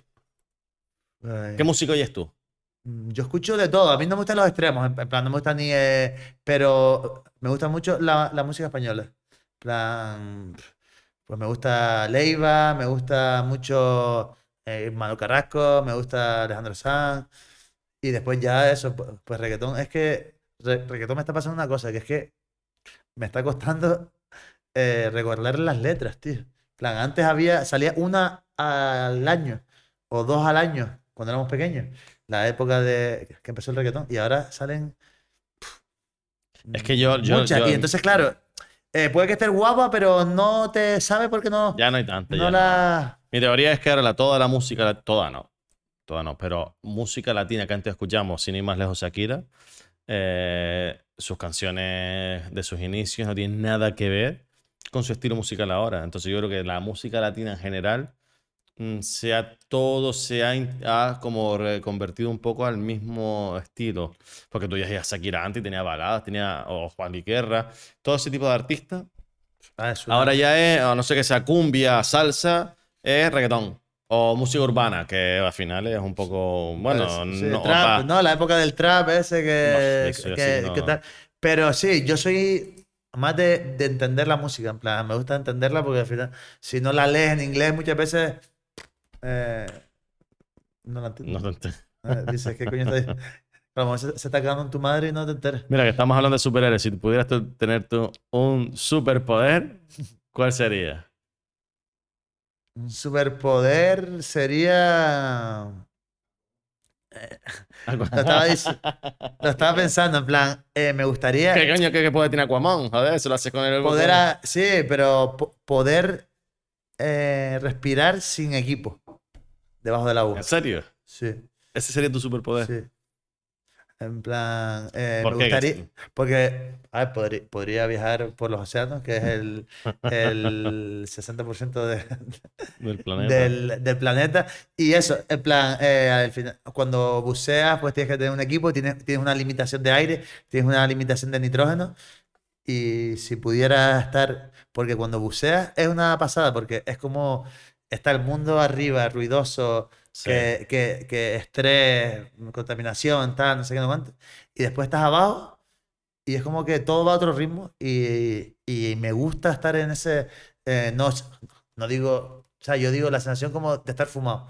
¿Qué Ay. músico oyes tú? Yo escucho de todo. A mí no me gustan los extremos. En plan, no me gusta ni. Pero me gusta mucho la música española. En plan. Pues me gusta Leiva, me gusta mucho Manu Carrasco, me gusta Alejandro Sanz. Y después ya eso, pues reggaetón. Es que reggaetón me está pasando una cosa, que es que me está costando recordar las letras, tío. En plan, antes salía una al año o dos al año cuando éramos pequeños, la época de que empezó el reggaetón, y ahora salen Es que yo, yo, muchas. yo, Y entonces, claro, Puede que esté guapa, pero no te sabe porque Ya no hay tanto, no ya no. la... Mi teoría es que ahora toda la música, toda no, pero música latina que antes escuchamos, sin ir más lejos, Shakira, sus canciones de sus inicios no tienen nada que ver con su estilo musical ahora. Entonces yo creo que la música latina en general ha como reconvertido un poco al mismo estilo. Porque tú ya a Shakira antes tenía baladas, tenía o Juan Luis Guerra, todo ese tipo de artistas. Es Ahora una... ya es, a no sé que sea cumbia, salsa, es reggaetón. O música urbana, que al final es un poco, bueno, Sí, no trap, va. ¿no? La época del trap ese Eso ya sí que que no. tal. Pero sí, yo soy más de entender la música, en plan, me gusta entenderla porque al final, si no la lees en inglés muchas veces eh, no la No entiendes. te ent- Dices, ¿qué coño está diciendo? A lo mejor se está quedando en tu madre y no te enteras. Mira, que estamos hablando de superhéroes. Si pudieras tener tú un superpoder, ¿cuál sería? Un superpoder sería... Lo estaba, lo estaba pensando, en plan, me ¿Qué gustaría coño que puede tener Aquaman? Joder, eso lo haces con el poder... botón. sí, pero poder respirar sin equipo debajo del ¿En agua. serio? Sí, Ese sería tu superpoder. sí. En plan, me ¿Por qué, gustaría, Gaston? porque, a ver, podría viajar por los océanos, que es el 60% Del planeta. del planeta. Y eso, en plan, al final, cuando buceas, pues tienes que tener un equipo, tienes una limitación de aire, tienes una limitación de nitrógeno. Y si pudiera estar, porque cuando buceas es una pasada, porque es como está el mundo arriba, ruidoso, Sí. que estrés, contaminación, tal, no sé qué, no cuánto. Y después estás abajo y es como que todo va a otro ritmo y me gusta estar en ese, no, no digo, o sea, yo digo la sensación como de estar fumado.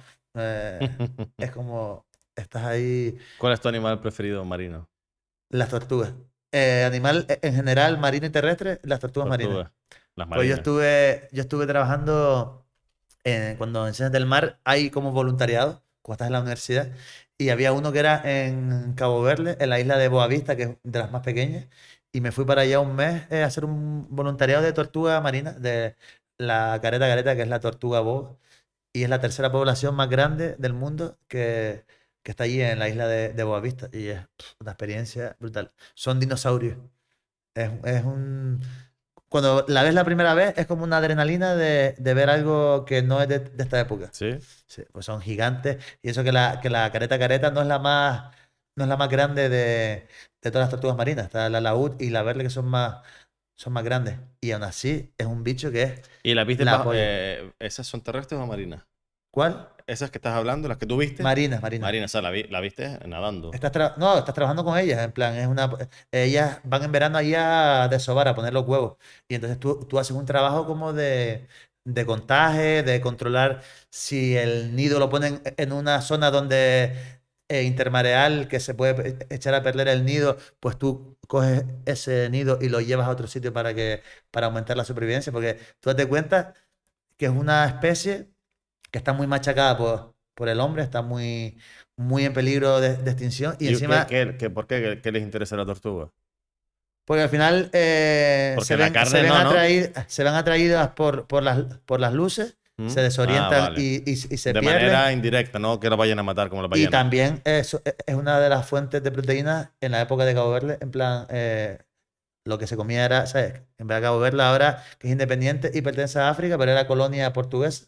Es como estás ahí, ¿Cuál es tu animal preferido marino? las tortugas. Animal en general, marino y terrestre, las tortugas marinas. Tortugas. Las Pues marinas. yo estuve trabajando cuando en Ciencias del Mar hay como voluntariado, cuando estás en la universidad, y había uno que era en Cabo Verde, en la isla de Boavista, que es de las más pequeñas, y me fui para allá un mes a hacer un voluntariado de tortuga marina, de la careta careta, que es la tortuga boa, y es la tercera población más grande del mundo que está allí en la isla de Boavista, y es una experiencia brutal. Son dinosaurios. Es un... Cuando la ves la primera vez es como una adrenalina de ver algo que no es de esta época. ¿Sí? Sí, pues son gigantes y eso que la careta careta no es la más grande de todas las tortugas marinas. Está la laúd y la verle que son más grandes. Y aún así es un bicho que es ¿Y las viste la polla. esas son terrestres o marinas? ¿Cuál? ¿Esas que estás hablando, las que tú viste? Marinas, marinas. Marinas, o sea, la viste nadando. No, estás trabajando con ellas, en plan, ellas van en verano ahí a desovar, a poner los huevos. Y entonces tú haces un trabajo como de contaje, de controlar si el nido lo ponen en una zona donde intermareal, que se puede echar a perder el nido, pues tú coges ese nido y lo llevas a otro sitio para aumentar la supervivencia, porque tú date cuenta que es una especie que está muy machacada por el hombre, está muy en peligro de extinción y ¿Y encima, por qué? ¿Qué les interesa la tortuga? porque al final Porque la carne no, ¿no? se ven atraídas por las luces, ¿Mm? se Ah, desorientan vale. y se De pierden. manera indirecta, no que lo vayan a matar como la Y ballena. también es una de las fuentes de proteínas en la época de Cabo Verde, en plan, lo que se comía era, ¿sabes? En vez de Cabo Verde ahora, que es independiente y pertenece a África, pero era colonia portuguesa.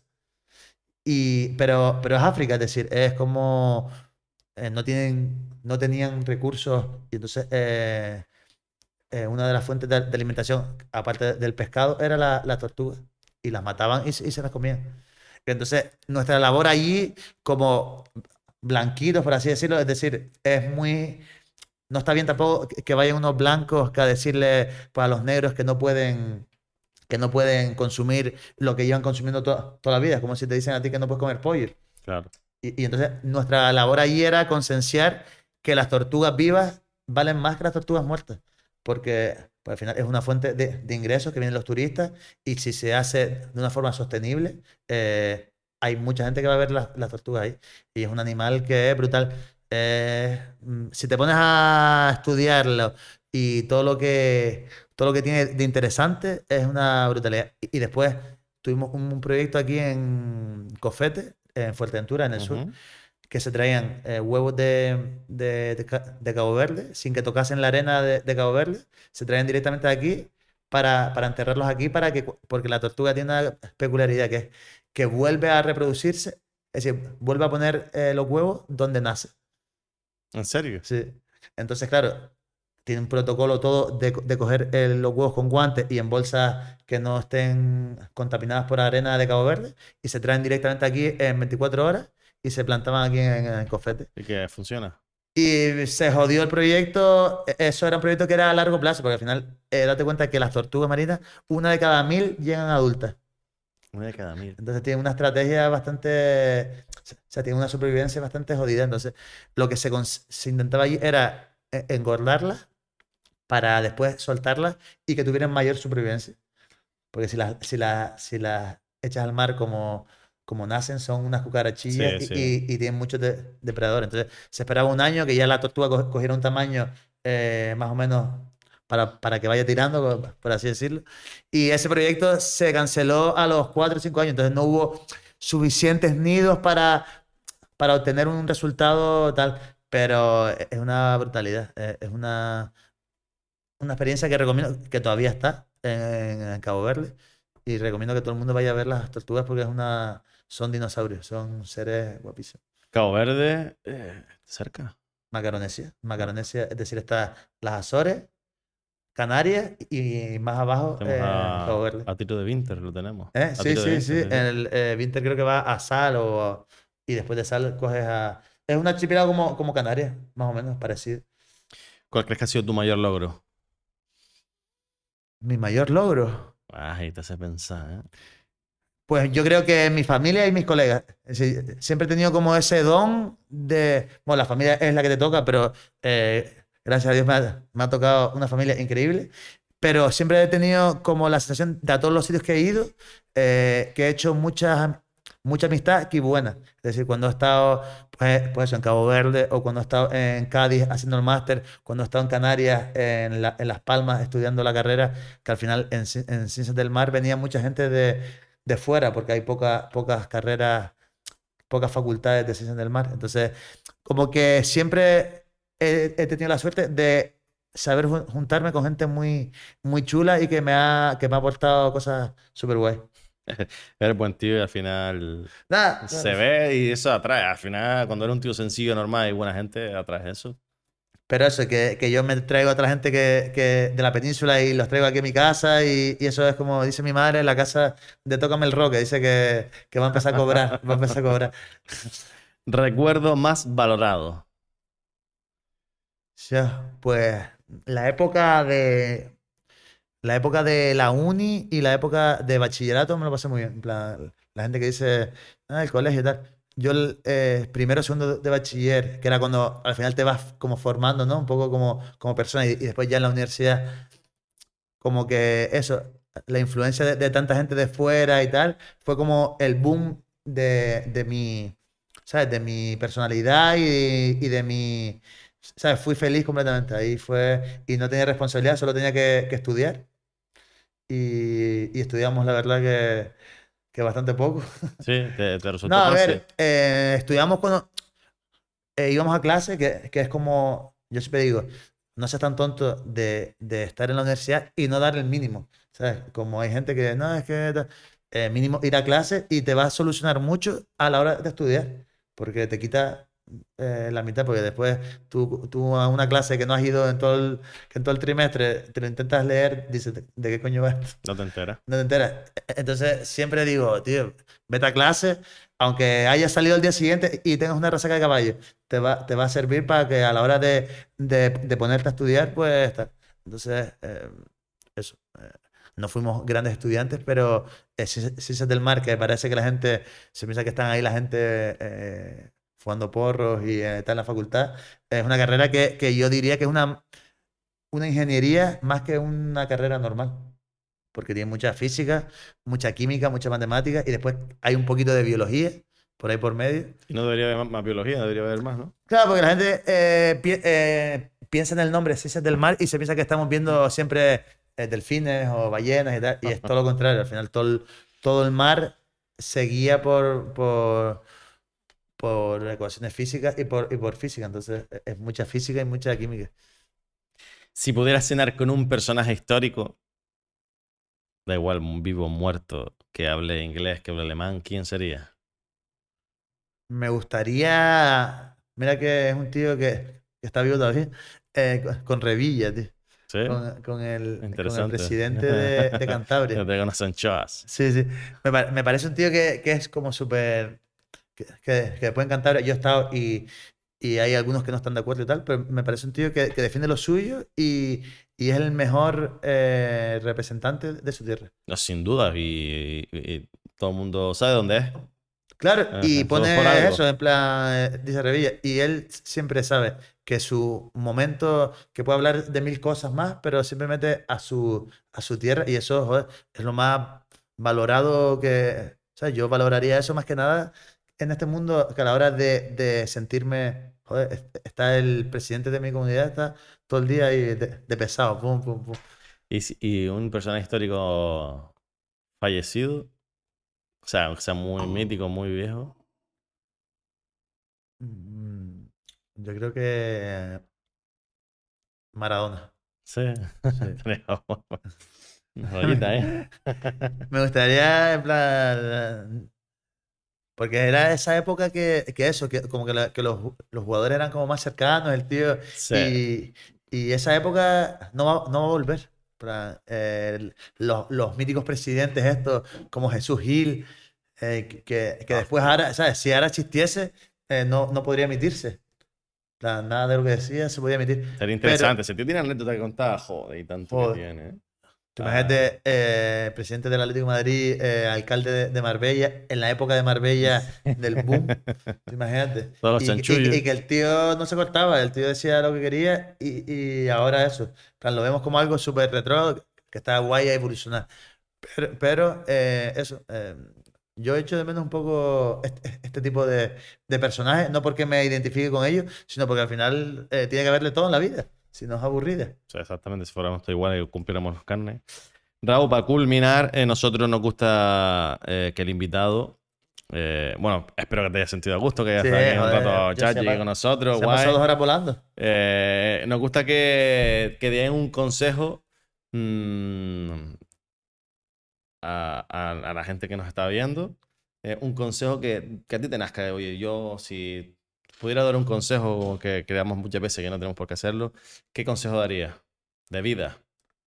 Pero es África, es decir, es como no tenían recursos y entonces una de las fuentes de alimentación, aparte del pescado, era la tortuga y las mataban y se las comían. Entonces, nuestra labor allí como blanquitos, por así decirlo, es decir, no está bien tampoco que vayan unos blancos que a decirle pues, a los negros que no pueden consumir lo que llevan consumiendo toda la vida. Es como si te dicen a ti que no puedes comer pollo. Claro. Y entonces nuestra labor allí era concienciar que las tortugas vivas valen más que las tortugas muertas, porque pues, al final es una fuente de ingresos que vienen los turistas y si se hace de una forma sostenible, hay mucha gente que va a ver las tortugas ahí y es un animal que es brutal. Si te pones a estudiarlo y todo lo que tiene de interesante es una brutalidad. Y después tuvimos un proyecto aquí en Cofete, en Fuerteventura, en el sur, Ujú. que se traían huevos de Cabo Verde, sin que tocasen la arena de Cabo Verde, se traían directamente de aquí para enterrarlos aquí, porque la tortuga tiene una peculiaridad que es que vuelve a reproducirse, es decir, vuelve a poner los huevos donde nace. ¿En serio? Sí. Entonces, claro, tiene un protocolo todo de coger los huevos con guantes y en bolsas que no estén contaminadas por arena de Cabo Verde y se traen directamente aquí en 24 horas y se plantaban aquí en Cofete. ¿Y que funciona? Y se jodió el proyecto. Eso era un proyecto que era a largo plazo, porque al final, date cuenta que las tortugas marinas, una de cada 1000 llegan adultas. Una de cada 1000. Entonces tiene una estrategia bastante, o sea, tiene una supervivencia bastante jodida. Entonces, lo que se intentaba allí era engordarlas para después soltarlas y que tuvieran mayor supervivencia. Porque si las echas al mar como nacen, son unas cucarachillas Sí, sí. y tienen muchos depredadores. Entonces, se esperaba un año que ya la tortuga cogiera un tamaño más o menos para que vaya tirando, por así decirlo. Y ese proyecto se canceló a los 4 o 5 años. Entonces, no hubo suficientes nidos para obtener un resultado tal. Pero es una brutalidad. Es una experiencia que recomiendo, que todavía está en Cabo Verde. Y recomiendo que todo el mundo vaya a ver las tortugas porque son dinosaurios, son seres guapísimos. Cabo Verde, cerca. Macaronesia. Macaronesia, es decir, está las Azores, Canarias y más abajo Tenemos Cabo Verde. a Tiro de Winter, lo tenemos. A Sí, Tiro de sí, sí. Winter, sí, sí. El Winter creo que va a Sal y después de Sal coges a... Es un archipiélago como Canarias, más o menos, parecido. ¿Cuál crees que ha sido tu mayor logro? Mi mayor logro. Ay, te hace pensar, ¿eh? Pues yo creo que mi familia y mis colegas. Es decir, siempre he tenido como ese don de. Bueno, la familia es la que te toca, pero gracias a Dios me ha tocado una familia increíble. Pero siempre he tenido como la sensación de a todos los sitios que he ido, que he hecho mucha amistad aquí buena. Es decir, cuando he estado pues eso, en Cabo Verde o cuando he estado en Cádiz haciendo el máster, cuando he estado en Canarias, en Las Palmas estudiando la carrera, que al final en Ciencias del Mar venía mucha gente de fuera, porque hay pocas carreras, pocas facultades de ciencias del mar. Entonces, como que siempre he tenido la suerte de saber juntarme con gente muy, muy chula y que me ha aportado cosas súper guay. Eres buen tío y al final Nada, se ve y eso atrae. Al final, cuando eres un tío sencillo, normal y buena gente, atrae eso. pero eso, que yo me traigo a otra gente que de la península y los traigo aquí a mi casa y eso es como dice mi madre, en la casa de Tócame el Rock, que dice que va a empezar a cobrar, va a empezar a cobrar. Recuerdo más valorado. Ya, pues la época de la época de la uni y la época de bachillerato me lo pasé muy bien. En plan, la gente que dice, el colegio y tal. Yo el primero, segundo de bachiller, que era cuando al final te vas como formando, ¿no? Un poco como persona y después ya en la universidad, como que eso, la influencia de tanta gente de fuera y tal, fue como el boom de mi, ¿sabes? De mi personalidad y de mi, ¿sabes? Fui feliz completamente. Ahí fue, y no tenía responsabilidad, solo tenía que estudiar y estudiamos, la verdad, que bastante poco. Sí, te No, resultó a fácil. ver, estudiamos cuando íbamos a clase, que es como, yo siempre digo, no seas tan tonto de estar en la universidad y no dar el mínimo. ¿Sabes? Como hay gente que, no, es que mínimo ir a clase y te va a solucionar mucho a la hora de estudiar, porque te quita la mitad, porque después tú a una clase que no has ido que en todo el trimestre, te lo intentas leer, dices, ¿de qué coño va esto? No te enteras. No te enteras. Entonces siempre digo, tío, vete a clase, aunque hayas salido el día siguiente y tengas una resaca de caballo, te va a servir para que a la hora de ponerte a estudiar, pues tal. Entonces, eso. No fuimos grandes estudiantes, pero Ciencias del Mar, que parece que la gente se piensa que están ahí la gente fumando porros y está en la facultad, es una carrera que yo diría que es una ingeniería más que una carrera normal porque tiene mucha física, mucha química, mucha matemática y después hay un poquito de biología, por ahí por medio. Y no debería haber más biología, debería haber más, ¿no? Claro, porque la gente piensa en el nombre Ciencias del Mar y se piensa que estamos viendo siempre delfines o ballenas y tal, y es todo lo contrario. Al final todo el mar se guía por ecuaciones físicas y por física. Entonces es mucha física y mucha química. Si pudieras cenar con un personaje histórico, da igual, un vivo o muerto, que hable inglés, que hable alemán, ¿quién sería? Me gustaría, mira que es un tío que está vivo todavía, con Revilla, tío, ¿Sí? con el Interesante. presidente de Yo Cantabria. tengo unas anchoas. Sí, sí. Me parece un tío que es como súper. Que puede encantar. Yo he estado y hay algunos que no están de acuerdo y tal, pero me parece un tío que defiende lo suyo y es el mejor representante de su tierra. No, sin duda, y todo el mundo sabe dónde es. Claro, y Todo es por pone algo. eso, en plan, dice Revilla, y él siempre sabe que su momento, que puede hablar de mil cosas más, pero siempre mete a su tierra, y eso, joder, es lo más valorado que, o sea, yo valoraría eso más que nada en este mundo, que a la hora de sentirme, joder, está el presidente de mi comunidad, está todo el día ahí de pesado, pum, pum, pum. Y un personaje histórico fallecido, o sea, aunque sea muy mítico, muy viejo. Mm, Yo creo que Maradona, Sí, sí. tenemos una joyita, ¿eh? Me gustaría, en plan, porque era esa época que eso, que como que los jugadores eran como más cercanos, el tío, Sí, y esa época no va a volver. En plan, los míticos presidentes estos, como Jesús Gil, que ah, después ahora, ¿sabes? Si ahora existiese, no podría emitirse. En plan, nada de lo que decía se podía emitir. sería Pero, interesante. Si tú tienes anécdota que contar, joder, y tanto que joder. tiene, ¿eh? Tú Ah, imagínate, presidente del Atlético de Madrid, alcalde de Marbella, en la época de Marbella del boom, tú imagínate. todos los Y chanchullos. que el tío no se cortaba, el tío decía lo que quería y ahora eso. En plan, lo vemos como algo súper retro, que está guay a evolucionar. Pero eso, yo echo de menos un poco este tipo de personajes, no porque me identifique con ellos, sino porque al final tiene que haberle todo en la vida, si no es aburrida. O sea, exactamente, si fuéramos todos iguales y cumpliéramos los carnes. Raúl, para culminar, nosotros nos gusta que el invitado, bueno, espero que te haya sentido a gusto, que haya Sí, estado aquí un joder, rato Chachi con nosotros, se han pasado guay. 2 horas volando. Nos gusta que den un consejo mm, a la gente que nos está viendo. Un consejo que a ti te nazca de, oye, yo si pudiera dar un consejo que damos muchas veces que no tenemos por qué hacerlo, ¿qué consejo daría? De vida.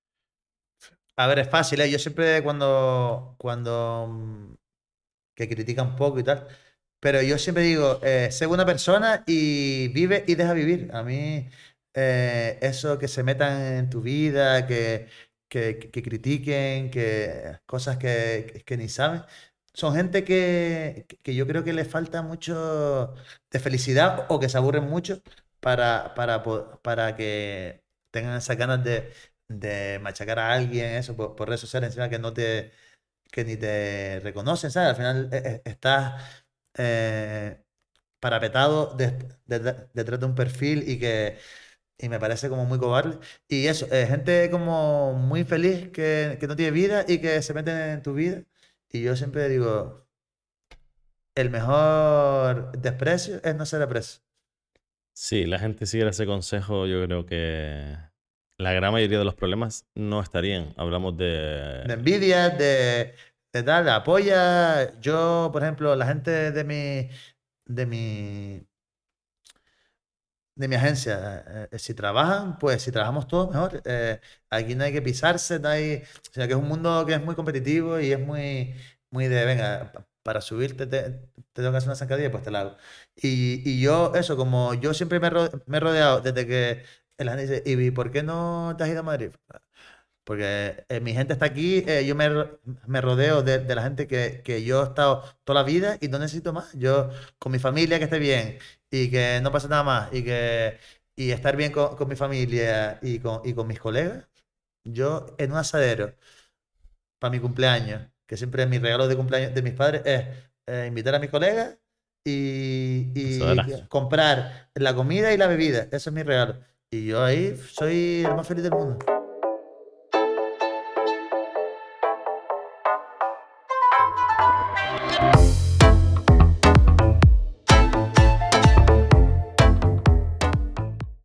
A ver, es fácil, ¿eh? Yo siempre cuando que critican un poco y tal, pero yo siempre digo, sé buena persona y vive y deja vivir. A mí eso que se metan en tu vida, que critiquen, que cosas que ni saben, son gente que yo creo que les falta mucho de felicidad o que se aburren mucho para que tengan esas ganas de machacar a alguien, eso, por redes sociales, encima que ni te reconocen, ¿sabes? Al final estás eh, parapetado detrás de un perfil y me parece como muy cobarde. Y eso, gente como muy feliz que no tiene vida y que se meten en tu vida. Y yo siempre digo, el mejor desprecio es no ser aprecio. Sí, la gente siguiera ese consejo, yo creo que la gran mayoría de los problemas no estarían. Hablamos De de... envidia, de tal, de apoya. Yo, por ejemplo, la gente de mi de mi agencia, si trabajan, pues si trabajamos todos, mejor. Aquí no hay que pisarse, no hay, o sea, que es un mundo que es muy competitivo y es muy de, venga, para subirte te tengo que hacer una zancadilla, pues te la hago. Y yo, eso, como yo siempre me he rodeado desde que la gente dice, ¿y por qué no te has ido a Madrid? Porque mi gente está aquí, yo me rodeo de la gente que yo he estado toda la vida y no necesito más. Yo, con mi familia que esté bien y que no pase nada más y estar bien con mi familia y con mis colegas, yo en un asadero para mi cumpleaños, que siempre mi regalo de cumpleaños de mis padres es invitar a mis colegas Eso era. comprar la comida y la bebida. Eso es mi regalo. Y yo ahí soy el más feliz del mundo.